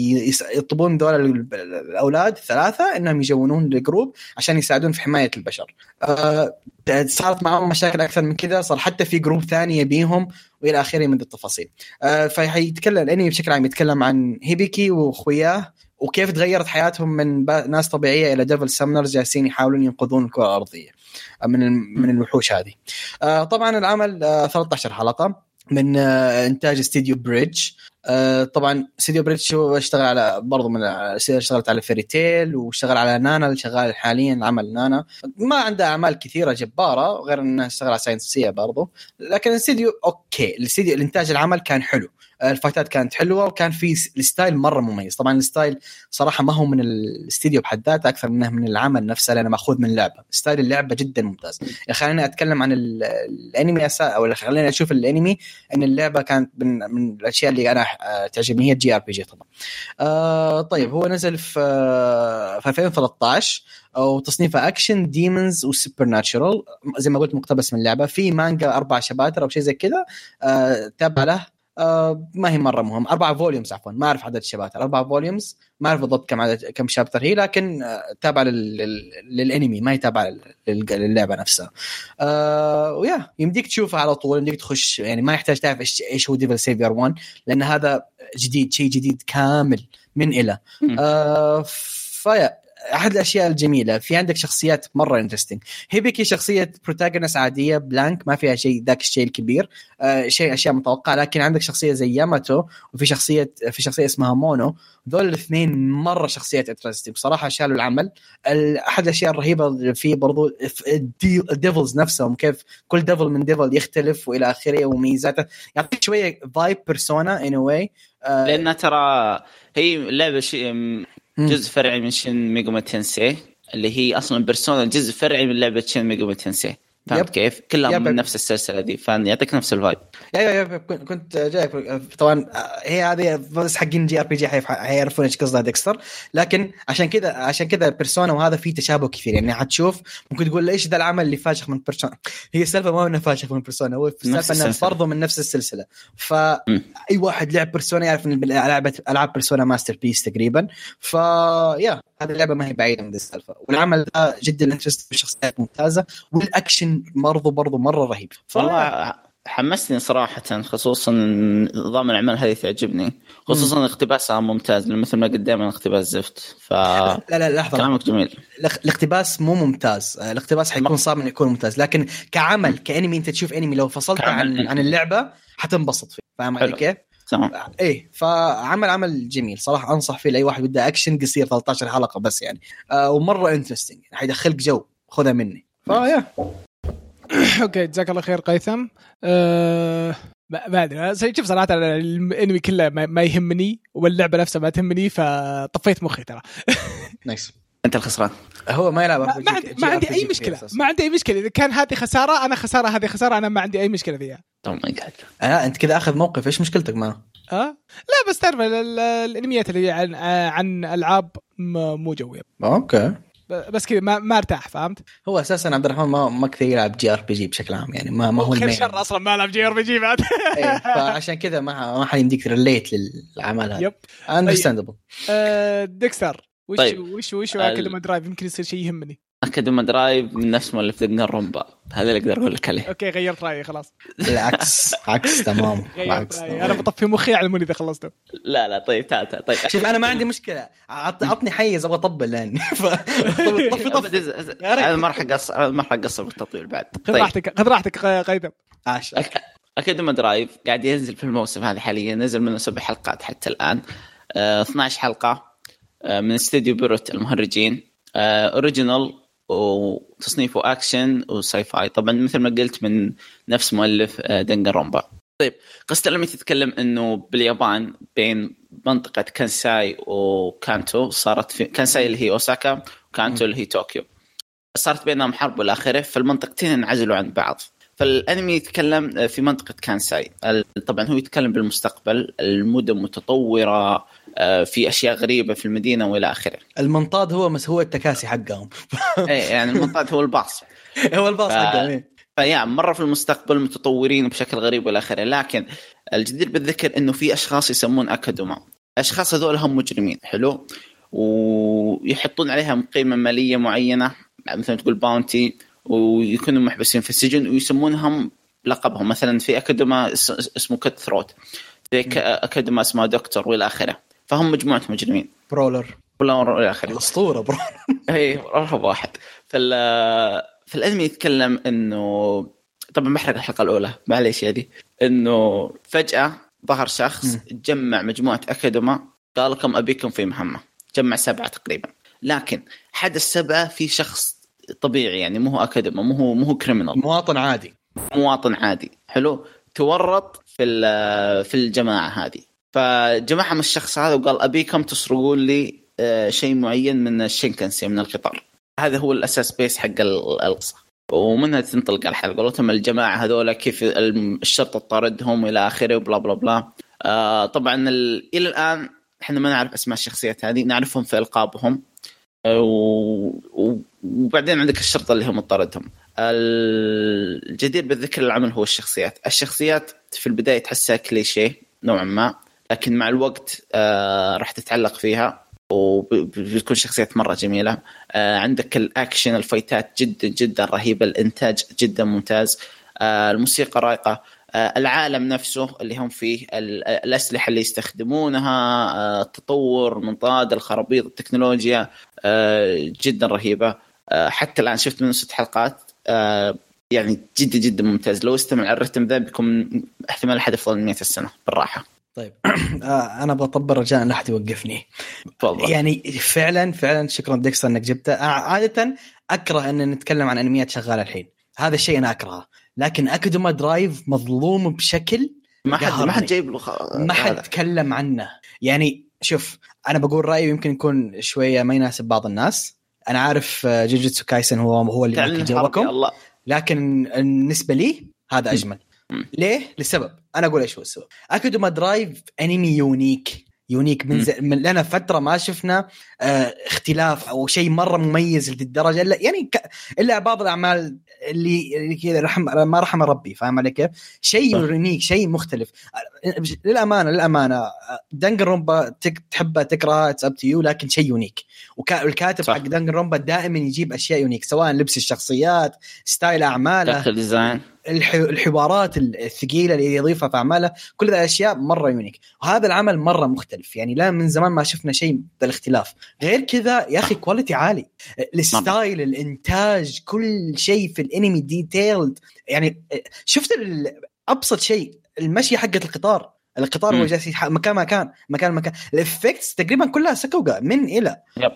S2: يطلبون دول الاولاد ثلاثه انهم يجونون الجروب عشان يساعدون في حمايه البشر. أه صارت معهم مشاكل اكثر من كذا، صار حتى في جروب ثاني يبيهم والى اخره من التفاصيل. أه فحيتكلم الانمي بشكل عام يتكلم عن هيبيكي واخوياه وكيف تغيرت حياتهم من ناس طبيعيه الى ديفل سامنرز جالسين يحاولون ينقذون الكره الارضيه من من الوحوش هذه. أه طبعا العمل أه ثلاثة عشر حلقه من انتاج استديو بريدج. طبعا استديو بريدج هو اشتغل على برضو من اشتغلت على فيري تيل واشتغل على نانا اللي شغال حاليا عمل نانا. ما عنده اعمال كثيره جباره غير انه اشتغل على ساينسيه برضو، لكن الاستديو اوكي. الاستديو الانتاج العمل كان حلو، الفايتات كانت حلوه وكان في الستايل مره مميز. طبعا الستايل صراحه ما هو من الاستديو بحد ذاته اكثر منه من العمل نفسه لانه ماخوذ من لعبه. ستايل اللعبه جدا ممتاز. خلينا اتكلم عن الانمي او خلينا نشوف الانمي ان اللعبه كانت من, من الاشياء اللي انا تعجبني هي جي ار بي جي طبعا. آه طيب هو نزل في في ألفين وثلاثة عشر او تصنيفه اكشن ديمونز وسوبر ناتشورال زي ما قلت مقتبس من اللعبه. في مانجا اربع شباتر او شيء زي كذا آه تابع له. آه ما هي مرة مهم. أربعة فوليومز عفوا ما أعرف عدد الشباتر. أربعة فوليومز ما أعرف بالضبط كم عدد كم شابتر هي، لكن آه تابع لل... للأنمي ما يتابع للعبة نفسها. آه ويا يمديك تشوفه على طول، يمديك تخش يعني ما يحتاج تعرف إيش إيش هو ديفل سيفير واحد لأن هذا جديد شيء جديد كامل من إلى. آه فيا احد الاشياء الجميله في عندك شخصيات مره انترستينج. هيبيكي شخصيه بروتاغونست عاديه بلانك، ما فيها شيء ذاك الشيء الكبير، آه شيء اشياء متوقعه. لكن عندك شخصيه زي ياماتو، وفي شخصيه في شخصيه اسمها مونو، ذول الاثنين مره شخصيات انترستينج بصراحه، شالوا العمل. احد الاشياء الرهيبه في برضو الديفلز نفسهم، كيف كل ديفل من ديفل يختلف والى اخره، وميزاته يعطيك شويه فايب بيرسونا ان واي.
S3: لأنها ترى هي لعبة شيء جزء فرعي من شين ميجامي تنسي، اللي هي أصلا بيرسونا جزء فرعي من لعبة شين ميجامي تنسي. فهمت كيف؟ كلها من نفس السلسلة دي، فيعطيك نفس الفايب.
S2: يا يا كنت جاي طبعا هي هذه بس حقين جي ار بي جي حيعرفون ايش قصدها ديكستر. لكن عشان كذا عشان كذا بيرسونا وهذا فيه تشابه كثير. يعني حتشوف ممكن تقول ليش ذا العمل اللي فاشخ من بيرسونا، هي السالفه ما انه فاشخ من بيرسونا، هو السالفه انه برضه من نفس السلسله. فاي واحد لعب بيرسونا يعرف ان لعبه العاب بيرسونا ماستر بيس تقريبا. فيا هذه اللعبه ما هي بعيده من السالفه، والعمل ده جدا انترست بالشخصيات ممتازه، والاكشن برضه برضه مره رهيب.
S3: والله حمسني صراحة، خصوصا نظام الأعمال هذه تعجبني، خصوصا اقتباسها ممتاز، مثل ما قدام اقتباس زفت. ف
S2: لا لا لحظة،
S3: كلامك جميل.
S2: الاقتباس مو ممتاز، الاقتباس حيكون صعب انه يكون ممتاز، لكن كعمل كأنمي انت تشوف انمي لو فصلت عن عن اللعبة حتنبسط فيه. فاهم علي كيف؟
S3: تمام.
S2: ايه فعمل عمل جميل صراحة، انصح فيه لاي واحد بده اكشن قصير ثلاثة عشر حلقة بس يعني، آه ومرة انترستينج، حيدخلك جو، خذها مني. فيا
S1: اوكي جزاك الله خير قيثم. أه... ما ادري شوف صراحه الانمي كله ما يهمني، واللعبه نفسها ما تهمني، فطفيت مخي ترى.
S2: نايس.
S3: انت الخسران.
S2: هو ما يلعب.
S1: ما, ما, عندي, ما عندي اي مشكله، ما عندي اي مشكله اذا كان هذه خساره انا خساره، هذه خساره انا ما عندي اي مشكله فيها.
S3: طبعا
S2: آه انت كذا اخذ موقف، ايش مشكلتك معه؟
S1: اه لا بس تعرف الانميات اللي عن عن العاب مو جويه.
S2: اوكي
S1: بس كذا ما ما ارتاح. فهمت؟
S2: هو اساسا عبد الرحمن ما ما كثير يلعب جي ار بي جي بشكل عام، يعني ما ما هو
S1: خير شر اصلا ما العب جي ار بي جي بعد.
S2: ايه فعشان كذا ما ما حيمديك تريليت للعمل هذا.
S1: يب
S2: اندرستاندبل.
S1: أه ديكستر وش
S3: طيب.
S1: وش وش اكاديمي درايف يمكن يصير شيء يهمني.
S3: اكاديمي درايف من نفس مؤلف دنجن رومبا، هذا اللي اقدر اقول لك عليه.
S1: اوكي غيرت رايي خلاص.
S2: بالعكس عكس تمام.
S1: عكس انا بطفي مخي علموني اذا خلصته.
S3: لا لا طيب تعال تعال طيب
S2: شوف انا ما عندي مشكله، عطني حيز ابغى اطبل لاني طفي طفي.
S3: انا ما راح اقصر ما راح اقصر بالتطويل بعد.
S1: خذ راحتك خذ راحتك قيثم.
S2: عاش.
S3: اكاديمي درايف قاعد ينزل في الموسم هذا حاليا، نزل منه سبع حلقات حتى الان، اثنا عشر حلقه من استوديو بيروت المهرجين، اوريجينال وتصنيفه اكشن وساي فاي، طبعا مثل ما قلت من نفس مؤلف دنجن رومبا. طيب قصة لما تتكلم انه باليابان بين منطقة كانساي وكانتو، صارت في كانساي اللي هي اوساكا وكانتو اللي هي طوكيو، صارت بينهم حرب والاخره، فالمنطقتين انعزلوا عن بعض. فالانمي يتكلم في منطقة كانساي، طبعا هو يتكلم بالمستقبل، المدن متطورة، في اشياء غريبة في المدينة والى اخره.
S2: المنطاد هو مس هو التكاسي حقهم.
S3: ايه يعني المنطاد هو الباص.
S2: هو الباص حقهم.
S3: فيا مرة في المستقبل متطورين بشكل غريب والى اخره. لكن الجدير بالذكر انه في اشخاص يسمون اكادوما، اشخاص هذول هم مجرمين حلو، ويحطون عليهم قيمة مالية معينة مثلا تقول باونتي، ويكونوا محبسين في السجن ويسمونهم لقبهم. مثلا في أكاديما اسمه كت ثروت، في أكاديما اسمها دكتور والى آخره، فهم مجموعة مجرمين.
S2: برولر
S3: برولر والى آخره،
S2: أسطورة برولر.
S3: هي رهب واحد. فال في الأنمي يتكلم إنه طبعا بحرق الحلقة الأولى معليش يعني، إنه فجأة ظهر شخص جمع مجموعة أكاديما، قال لكم أبيكم في مهمة، جمع سبعة تقريبا. لكن حد السبعة في شخص طبيعي، يعني مو هو أكاديمي، مو هو مو هو كريمنال،
S2: مواطن عادي
S3: مواطن عادي حلو، تورط في في الجماعة هذه. فجمعهم الشخص هذا وقال أبيكم تسرقون لي شيء معين من الشينكانسي من القطار. هذا هو الأساس بيس حق القصة، ومنها تنطلق الحلقة. قالتهم الجماعة هذولا كيف الشرطة تطاردهم إلى آخره وبلا بلا بلا. آه طبعا إلى الآن إحنا ما نعرف أسماء الشخصيات هذه، نعرفهم في ألقابهم، وبعدين عندك الشرطة اللي هم طردهم. الجدير بالذكر العمل هو الشخصيات. الشخصيات في البداية تحسها كليشيه نوعا ما، لكن مع الوقت آه راح تتعلق فيها وبتكون شخصيات مرة جميلة. آه عندك الأكشن، الفايتات جدا جدا رهيبة، الإنتاج جدا ممتاز، آه الموسيقى رائقة، العالم نفسه اللي هم فيه، الأسلحة اللي يستخدمونها، التطور، منطاد، الخرابيط، التكنولوجيا جدا رهيبة. حتى الآن شفت منه ست حلقات، يعني جدا جدا ممتاز. لو استمع على الرتم ذا بيكون احتمال أحد أفضل من مئة السنة بالراحة.
S2: طيب أنا بطبر رجاء لا أحد يوقفني. فضل. يعني فعلا فعلا شكرا ديكستر أنك جبته. عادة أكره أن نتكلم عن أنميات شغالة الحين، هذا الشيء أنا أكرهه، لكن أكادوما درايف مظلوم بشكل
S3: ما حد ما حد جايب له
S2: خ... ما حد تكلم عنه. يعني شوف أنا بقول رأيي يمكن يكون شوية ما يناسب بعض الناس، أنا عارف جوجوتسو كايسن هو هو اللي ماكل جوكم، لكن بالنسبة لي هذا أجمل. م. ليه؟ لسبب أنا أقول إيش هو السبب. أكادوما درايف أنمي يونيك يونيك من, ز... من لنا فترة ما شفنا اه اختلاف أو شيء مرة مميز للدرجة، إلا يعني ك... إلا بعض الأعمال اللي, اللي كذا رحم ما رحم ربي، فاهم علي كيف؟ شيء يونيك، شيء مختلف. للأمانة للأمانة دانجنرومبا تك... تحبها تكرهها it's up to you، لكن شيء يونيك. والكاتب حق دانجنرومبا دائما يجيب أشياء يونيك، سواء لبس الشخصيات، ستايل أعماله،
S3: الديزاين،
S2: الحوارات الثقيلة اللي يضيفها في أعماله، كل ذا الأشياء مرة يونيك. وهذا العمل مرة مختلف، يعني لا من زمان ما شفنا شيء بالاختلاف. غير كذا يا أخي كواليتي عالي، الستايل، الإنتاج، كل شيء في الأنمي ديتيلد. يعني شفت أبسط شيء، المشي حقة القطار القطار هو جالس مكان مكان مكان مكان الإفكتس تقريبا كلها سكوغا من إلى. يب.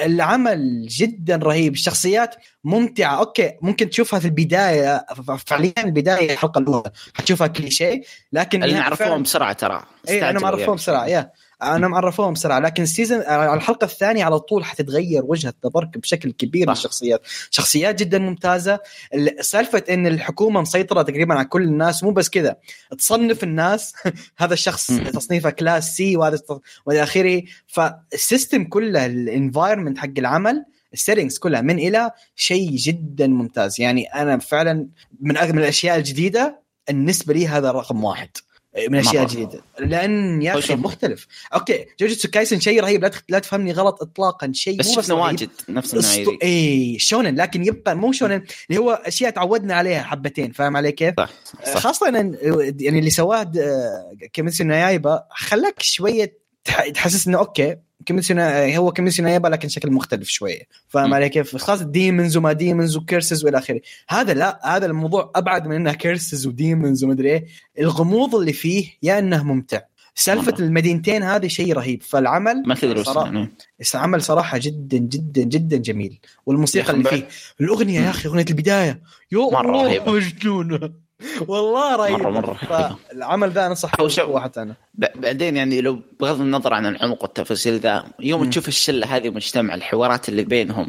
S2: العمل جدا رهيب، الشخصيات ممتعة. أوكي ممكن تشوفها في البداية، فعليا البداية الحلقة الأولى حتشوفها كل شيء، لكن
S3: اللي نعرفهم بسرعة ترى.
S2: إيه أنا معرفهم بسرعة يا أنا معرفهم بسرعة، لكن السيزن الحلقة الثانية على طول حتتغير وجهة نظرك بشكل كبير للشخصيات. شخصيات جدا ممتازة. سالفة إن الحكومة مسيطرة تقريبا على كل الناس، مو بس كذا تصنف الناس هذا الشخص تصنيفه كلاس سي وهذا وإلى آخره. فالسيستم كله، الانفايرمنت حق العمل، السيتنجز كلها من إلى شيء جدا ممتاز. يعني أنا فعلا من أغلب الأشياء الجديدة بالنسبة لي هذا رقم واحد من الاشياء الجديده، لان يا اخي مختلف. اوكي جوجوتسو كايسن شيء رهيب، لا لا تفهمني غلط اطلاقا، شيء
S3: مو بس واجد نفس النوعيه
S2: دي. اي شونن، لكن يبقى مو شونن اللي هو اشياء تعودنا عليها حبتين، فاهم علي كيف؟ صح. صح. خاصه يعني اللي سواه كيميتسو نو يايبا خلاك شويه تحسس انه اوكي كيميتسو هو كيميتسو نو يايبا لكن شكل مختلف شويه، فاهم علي كيف؟ خاصه ديمونز وما ديمونز وكيرسز والى اخره. هذا لا، هذا الموضوع ابعد من انه كيرسز وديمونز وما ادري ايه، الغموض اللي فيه يا انه ممتع. سالفه المدينتين هذه شيء رهيب. فالعمل
S3: ما تدري صراحه
S2: العمل صراحه جدا جدا جدا جميل. والموسيقى اللي فيه، الاغنيه يا اخي، اغنيه البدايه يو مره مجنونه والله رهيب. مرة مرة العمل ذا انصح بيه حتى انا.
S3: بعدين يعني لو بغض النظر عن العمق والتفاصيل ذا، يوم م. تشوف الشله هذه مجتمع، الحوارات اللي بينهم،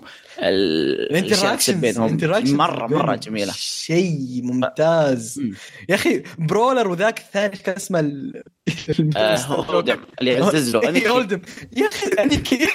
S3: الانتراكشن بينهم مره مره جميله،
S2: شيء ممتاز م. يا اخي. برولر وذاك الثاني كان اسمه ال...
S3: هولدم اللي يعزز له
S2: انيكي هولدم يا اخي انيكي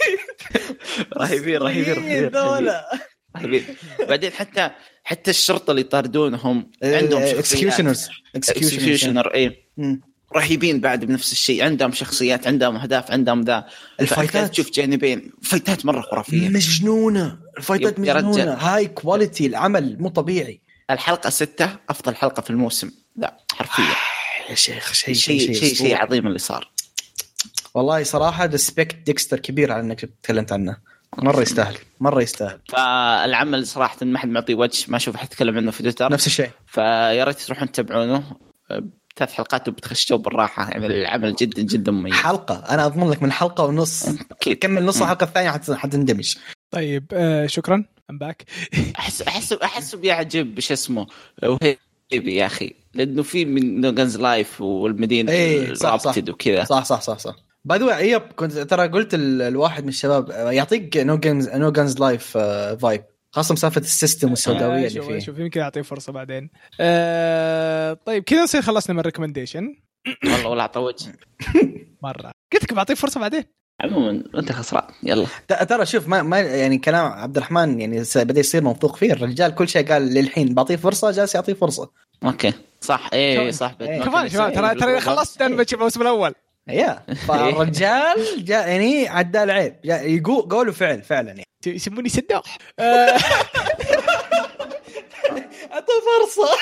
S3: رهيبين رهيبين رهيبين. بعدين حتى حتى الشرطة اللي يطاردونهم عندهم
S2: اكسكيوشنرز
S3: اكسكيوشنر ايه رهيبين بعد بنفس الشيء، عندهم شخصيات، عندهم أهداف، عندهم ذا. الفايتات تشوف جانبين، فايتات مرة خرافية
S2: مجنونة، الفايتات مجنونة، هاي كواليتي، العمل مو طبيعي.
S3: الحلقة ستة أفضل حلقة في الموسم، لا حرفيا
S2: يا شيخ شيء
S3: شيء شيء, شيء, شيء عظيم اللي صار
S2: والله صراحة. ريسبكت ديكستر كبير على انك تكلمت عنه، مرة يستاهل مرة يستاهل.
S3: فالعمل صراحة ما حد معطيه وجه، ما أشوف حد يتكلم عنه في تويتر
S2: نفس الشيء.
S3: فيا ريت تروحون تتابعونه، ثلاث حلقات وبتخشوا بالراحة. يعني العمل جدا جدا مميز.
S2: حلقة أنا أضمن لك من حلقة ونص كمل نص الحلقة الثانية حتندمج.
S1: طيب آه شكرا I'm back.
S3: أحس أحس أحس بيعجب بش اسمه وهيبي يا أخي، لأنه في من نوغانز لايف والمدينة
S2: ايه رابطد
S3: وكذا.
S2: صح صح صح صح. باي ذا واي كنت ترى قلت الواحد من الشباب يعطيك نوغانز نوغانز لايف فايب، خاصة مسافة السيستم والسوداوية اللي فيه.
S1: شوف يمكن أعطيه فرصة بعدين. أه طيب كذا نصير خلصنا من الريكومنديشن.
S3: والله ولا أعطوج
S1: مرة قلت لك بعطيه فرصة بعدين.
S3: عموما أنت خسران. يلا
S2: ترى شوف ما, ما يعني كلام عبد الرحمن يعني بدأ يصير موثوق فيه الرجال، كل شيء قال للحين بعطيه فرصة، جالس يعطيه فرصة.
S3: أوكي صح إيه صح.
S1: كمان شباب ترى ترى خلصت أنا بشوف الموسم الأول.
S2: يا فالرجال جاء يعني عدى العيب، يقول قولوا فعل فعلا يعني
S1: يسموني سداح.
S2: اعطيه فرصه.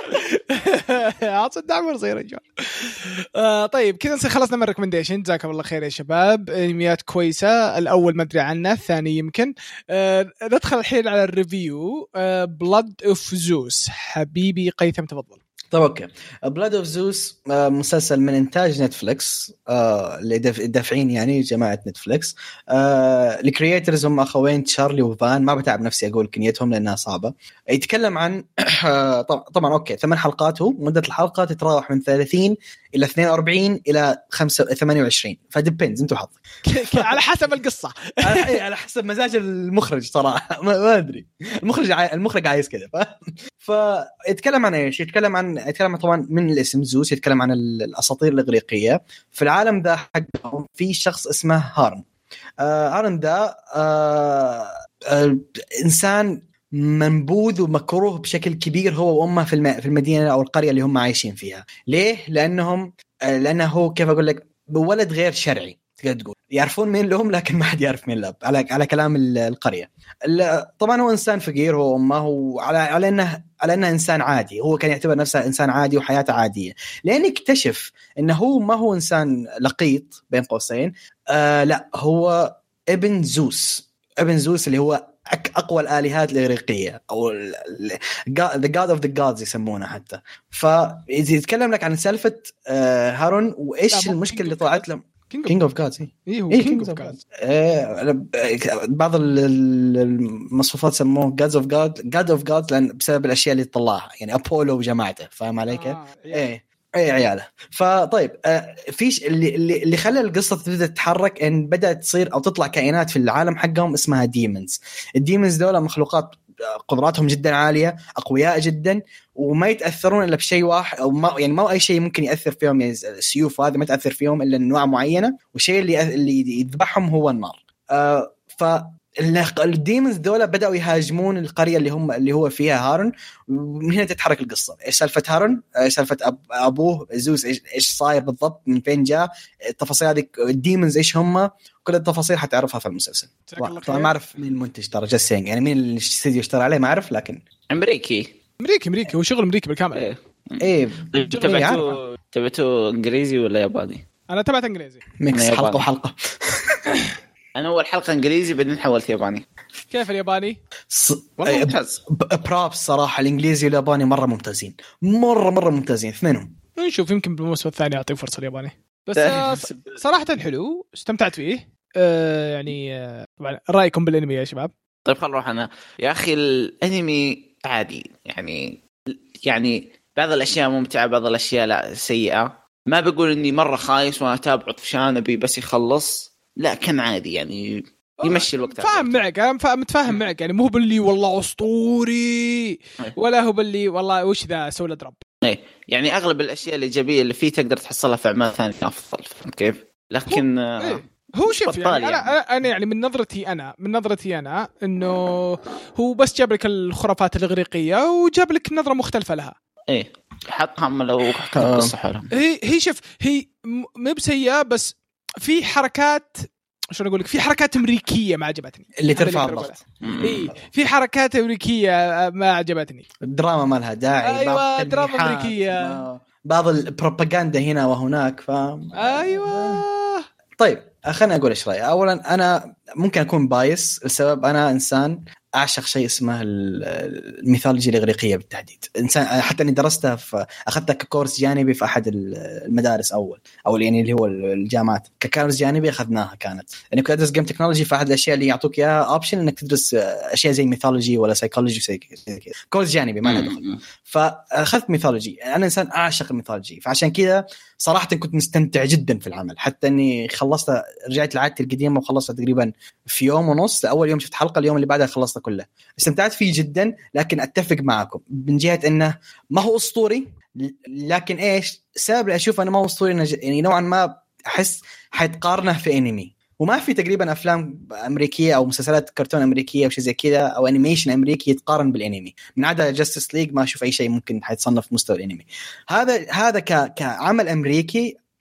S1: اصدع فرصه يا رجال. آه طيب كذا خلصنا من ريكومنديشن. جزاكم الله خير يا شباب. انميات كويسه. الاول ما ادري عنه، الثاني يمكن. آه ندخل الحين على الريفيو. آه بلاد اوف زوس. حبيبي قيثم تفضل.
S2: طب اوكي. بلاد اوف زوس مسلسل من انتاج نتفليكس، آه اللي دافعين يعني جماعه نتفليكس. آه الكرييترز هم اخوين تشارلي وفان، ما بتعب نفسي اقول كنيتهم لانها صعبه. يتكلم عن طبعا اوكي ثمان حلقات، هو مده الحلقه تتراوح من ثلاثين الى اثنين وأربعين الى ثمانية وعشرين، فديبينز انتم حظك
S1: على حسب القصه.
S2: على حسب مزاج المخرج صراحه. ما ادري المخرج عاي... المخرج عايز كذا. ف... فيتكلم عن ايش؟ يتكلم عن يتكلم طبعا من الاسم زوس، يتكلم عن الاساطير الاغريقيه. في العالم ده حقهم في شخص اسمه هارن. آه هارن ده آه آه انسان منبوذ ومكروه بشكل كبير هو وامه في الم... في المدينه او القريه اللي هم عايشين فيها. ليه؟ لانهم آه لانه هو كيف اقول لك بولد غير شرعي، تقدر تقول يعرفون مين لهم لكن ما حد يعرف مين لهم على على كلام القريه. طبعا هو انسان فقير هو امه، وعلى على انه على انه انسان عادي، هو كان يعتبر نفسه انسان عادي وحياته عاديه، لين اكتشف انه هو ما هو انسان لقيط بين قوسين. آه لا هو ابن زوس. ابن زوس اللي هو اقوى الالهات الاغريقيه او the god of the gods يسمونه حتى. فيتكلم لك عن سالفه آه هارون وايش المشكله اللي طلعت له. كينج اوف جادز.
S1: ايه هو كينج اوف جادز.
S2: بعض المصفوفات سموه جادز اوف جاد جاد اوف جاد لان بسبب الاشياء اللي طلعها، يعني ابولو وجماعته، فاهم عليك؟
S1: آه.
S2: ايه ايه عياله. فطيب آه فيش اللي اللي اللي خلى القصه تبدا تتحرك ان بدات تصير او تطلع كائنات في العالم حقهم اسمها ديمونز. الديمونز دول مخلوقات قدراتهم جدا عاليه، اقوياء جدا، وما يتاثرون الا بشيء واحد او ما يعني ما اي شيء ممكن ياثر فيهم. يعني السيوف هذه ما تاثر فيهم الا انواع معينه، والشيء اللي اللي يذبحهم هو النار. آه ف الديمونز دول بدأوا يهاجمون القرية اللي هم اللي هو فيها هارون، ومن هنا تتحرك القصة. إيش سالفة هارون؟ إيش سالفة أب أبوه زوس؟ إيش إيش صاير بالضبط؟ من فين جاء؟ التفاصيل هذه الديمونز إيش هم؟ كل التفاصيل حتعرفها في المسلسل. طبعا ما أعرف مين المنتج ترى جسين، يعني مين الاستديو اشتغل عليه ما أعرف، لكن
S3: أمريكي
S1: أمريكي أمريكي هو شغل أمريكي بالكامل.
S3: إيه
S2: إيه
S3: تبعته تبعته إنجليزي ولا ياباني؟
S1: أنا تبعت إنجليزي
S2: ميكس حلقة وحلقة.
S3: أنا أول حلقة إنجليزي بعدين حولت ياباني.
S1: كيف الياباني؟
S2: ص... ممتاز. برابس صراحة الإنجليزي والياباني مرة ممتازين، مرة مرة ممتازين اثنينهم.
S1: نشوف يمكن بالموسم الثاني أعطيه فرصة الياباني. بس صراحة حلو، استمتعت فيه. آه يعني آه طبعا رأيكم بالأنمي يا شباب؟
S3: طيب خل نروح أنا. يا أخي الأنمي عادي، يعني يعني بعض الأشياء ممتعة، بعض الأشياء لا سيئة. ما بقول إني مرة خايس وأنا أتابع طفشان أبي بس يخلص، لا كان عادي يعني يمشي الوقت.
S1: فاهم معك، أنا متفاهم معك، يعني مو باللي والله أسطوري ولا هو باللي والله وش ذا سوى درب.
S3: ايه يعني اغلب الاشياء الايجابيه اللي فيه تقدر تحصلها في اعمال ثانيه افضل، فهمت كيف؟ لكن
S1: هو, إيه؟ هو شوف يعني, يعني انا انا يعني من نظرتي انا من نظرتي انا انه هو بس جاب لك الخرافات الاغريقيه وجاب لك نظره مختلفه لها.
S3: ايه حطها لو قصه حولها.
S1: هي هي شوف هي مو بسيئه، بس في حركات شو نقول لك، في حركات امريكيه ما عجبتني
S2: اللي ترفع الضغط.
S1: اي في حركات امريكيه ما عجبتني.
S2: الدراما ما لها داعي.
S1: ايوه دراما امريكيه،
S2: بعض البروباغندا هنا وهناك. ف
S1: ايوه
S2: طيب خليني اقول ايش رايي. اولا انا ممكن اكون بايس السبب انا انسان اعشق شيء اسمه الميثولوجيا الاغريقيه بالتحديد. انسان حتى اني درستها في اخذتها ككورس جانبي في احد المدارس اول او يعني اللي هو الجامعات ككورس جانبي اخذناها. كانت يعني كنت ادرس جيم تكنولوجي، فاحد الاشياء اللي يعطوك اياها اوبشن انك تدرس اشياء زي ميثولوجي ولا سايكولوجي زي كذا، كورس جانبي ما له دخل. فاخذت ميثولوجي، انا انسان اعشق الميثولوجي، فعشان كذا صراحه كنت مستمتع جدا في العمل. حتى اني خلصت رجعت لعادتي القديمه وخلصت تقريبا في يوم ونص. اول يوم شفت حلقه، اليوم اللي بعدها خلصت كله. استمتعت فيه جدا، لكن اتفق معكم من جهه انه ما هو اسطوري. لكن ايش سبب اشوف انه ما هو اسطوري؟ يعني نوعا ما احس حيتقارنه في انمي، وما في تقريبا افلام امريكيه او مسلسلات كرتون امريكيه او شيء زي كذا او انيميشن امريكي يتقارن بالانمي، من عدا جاستس ليج ما اشوف اي شيء ممكن حيتصنف مستوى الانمي. هذا هذا ك... كعمل امريكي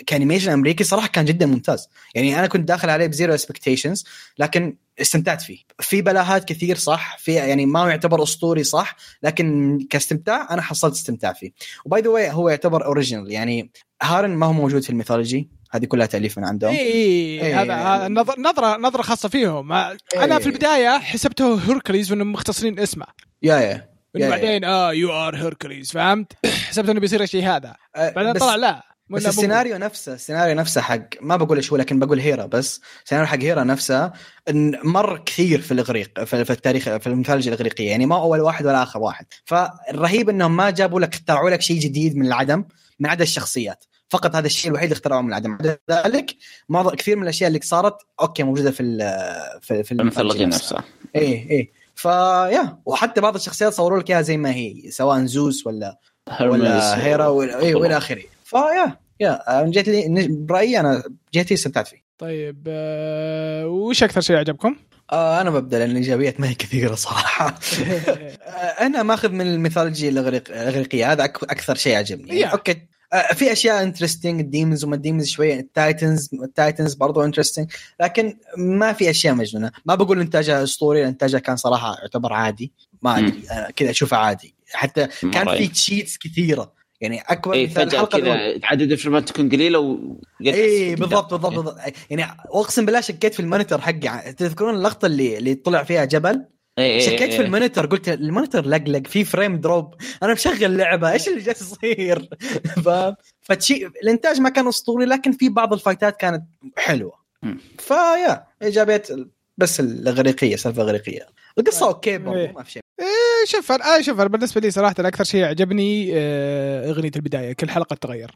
S2: كانيميشن امريكي صراحه كان جدا ممتاز. يعني انا كنت داخل عليه بزيرو اكسبكتيشنز لكن استمتعت فيه. في بلاهات كثير صح، في يعني ما هو يعتبر اسطوري صح، لكن كاستمتاع انا حصلت استمتاع فيه. وباي ذا واي هو يعتبر اوريجينال، يعني هارن ما هو موجود في الميثولوجي، هذه كلها تأليف من عندهم.
S1: ايه هذا نظر نظره نظره خاصه فيهم. انا إيه. في البدايه حسبته هيركليز وانهم مختصرين اسمه
S2: يا يا
S1: بعدين اه يو ار هيركليز، فهمت؟ حسبت انه بيصير شيء هذا أه بعدين طلع لا.
S2: بس السيناريو نفسه السيناريو نفسه حق ما بقول ايش هو لكن بقول هيرا، بس السيناريو حق هيرا نفسه مر كثير في الاغريق في التاريخ في الميثولوجيا الاغريقيه، يعني ما اول واحد ولا اخر واحد. فالرهيب انهم ما جابوا لك اخترعوا لك شيء جديد من العدم من عدا الشخصيات فقط. هذا الشيء الوحيد اللي اخترعوه من العدم. ذلك معظم كثير من الاشياء اللي صارت اوكي موجوده في في في
S3: الميثولوجيا نفسها.
S2: ايه ايه فيا وحتى بعض الشخصيات صوروا لك اياها زي ما هي، سواء زوس ولا ولا هيرا ولا ايه والى اخره. فيا يا جيت لي برايي انا جيت استمتعت فيه.
S1: طيب أه وش اكثر شيء عجبكم؟
S2: آه انا ببدا لان الايجابيات ما هي كثيره صراحه. انا ماخذ من الميثولوجيا الاغريقيه، هذا اكثر شيء عجبني. يعني اوكي آه في اشياء انترستينج، الديمونز وما الديمونز شويه، التايتنز التايتنز برضو انترستينج، لكن ما في اشياء مجنونه. ما بقول انتاجها اسطوري، انتاجها كان صراحه يعتبر عادي، ما ادري كذا اشوفه عادي. حتى كان في تشيتس كثيره، يعني اكبر
S3: إيه مثال الحلقه كذا عدد الفريمات تكون قليله و
S2: اي بالضبط بالضبط بالضبط. يعني اقسم بالله شكيت في المونيتور حقي. تذكرون اللقطه اللي اللي طلع فيها جبل؟
S3: إيه
S2: شكيت
S3: إيه
S2: في المونيتور، قلت المونيتور لقلق في فريم دروب، انا مشغل لعبه ايش اللي جالس يصير؟ ف فتشي الانتاج ما كان اسطوري، لكن في بعض الفايتات كانت حلوه. فيا ايجابيات بس الاغريقيه، سالفه اغريقيه. القصه اوكي برضو ما في شيء.
S1: إيه شوف انا شوف بالنسبه لي صراحه اكثر شيء عجبني اغنيه البدايه، كل حلقه تغير.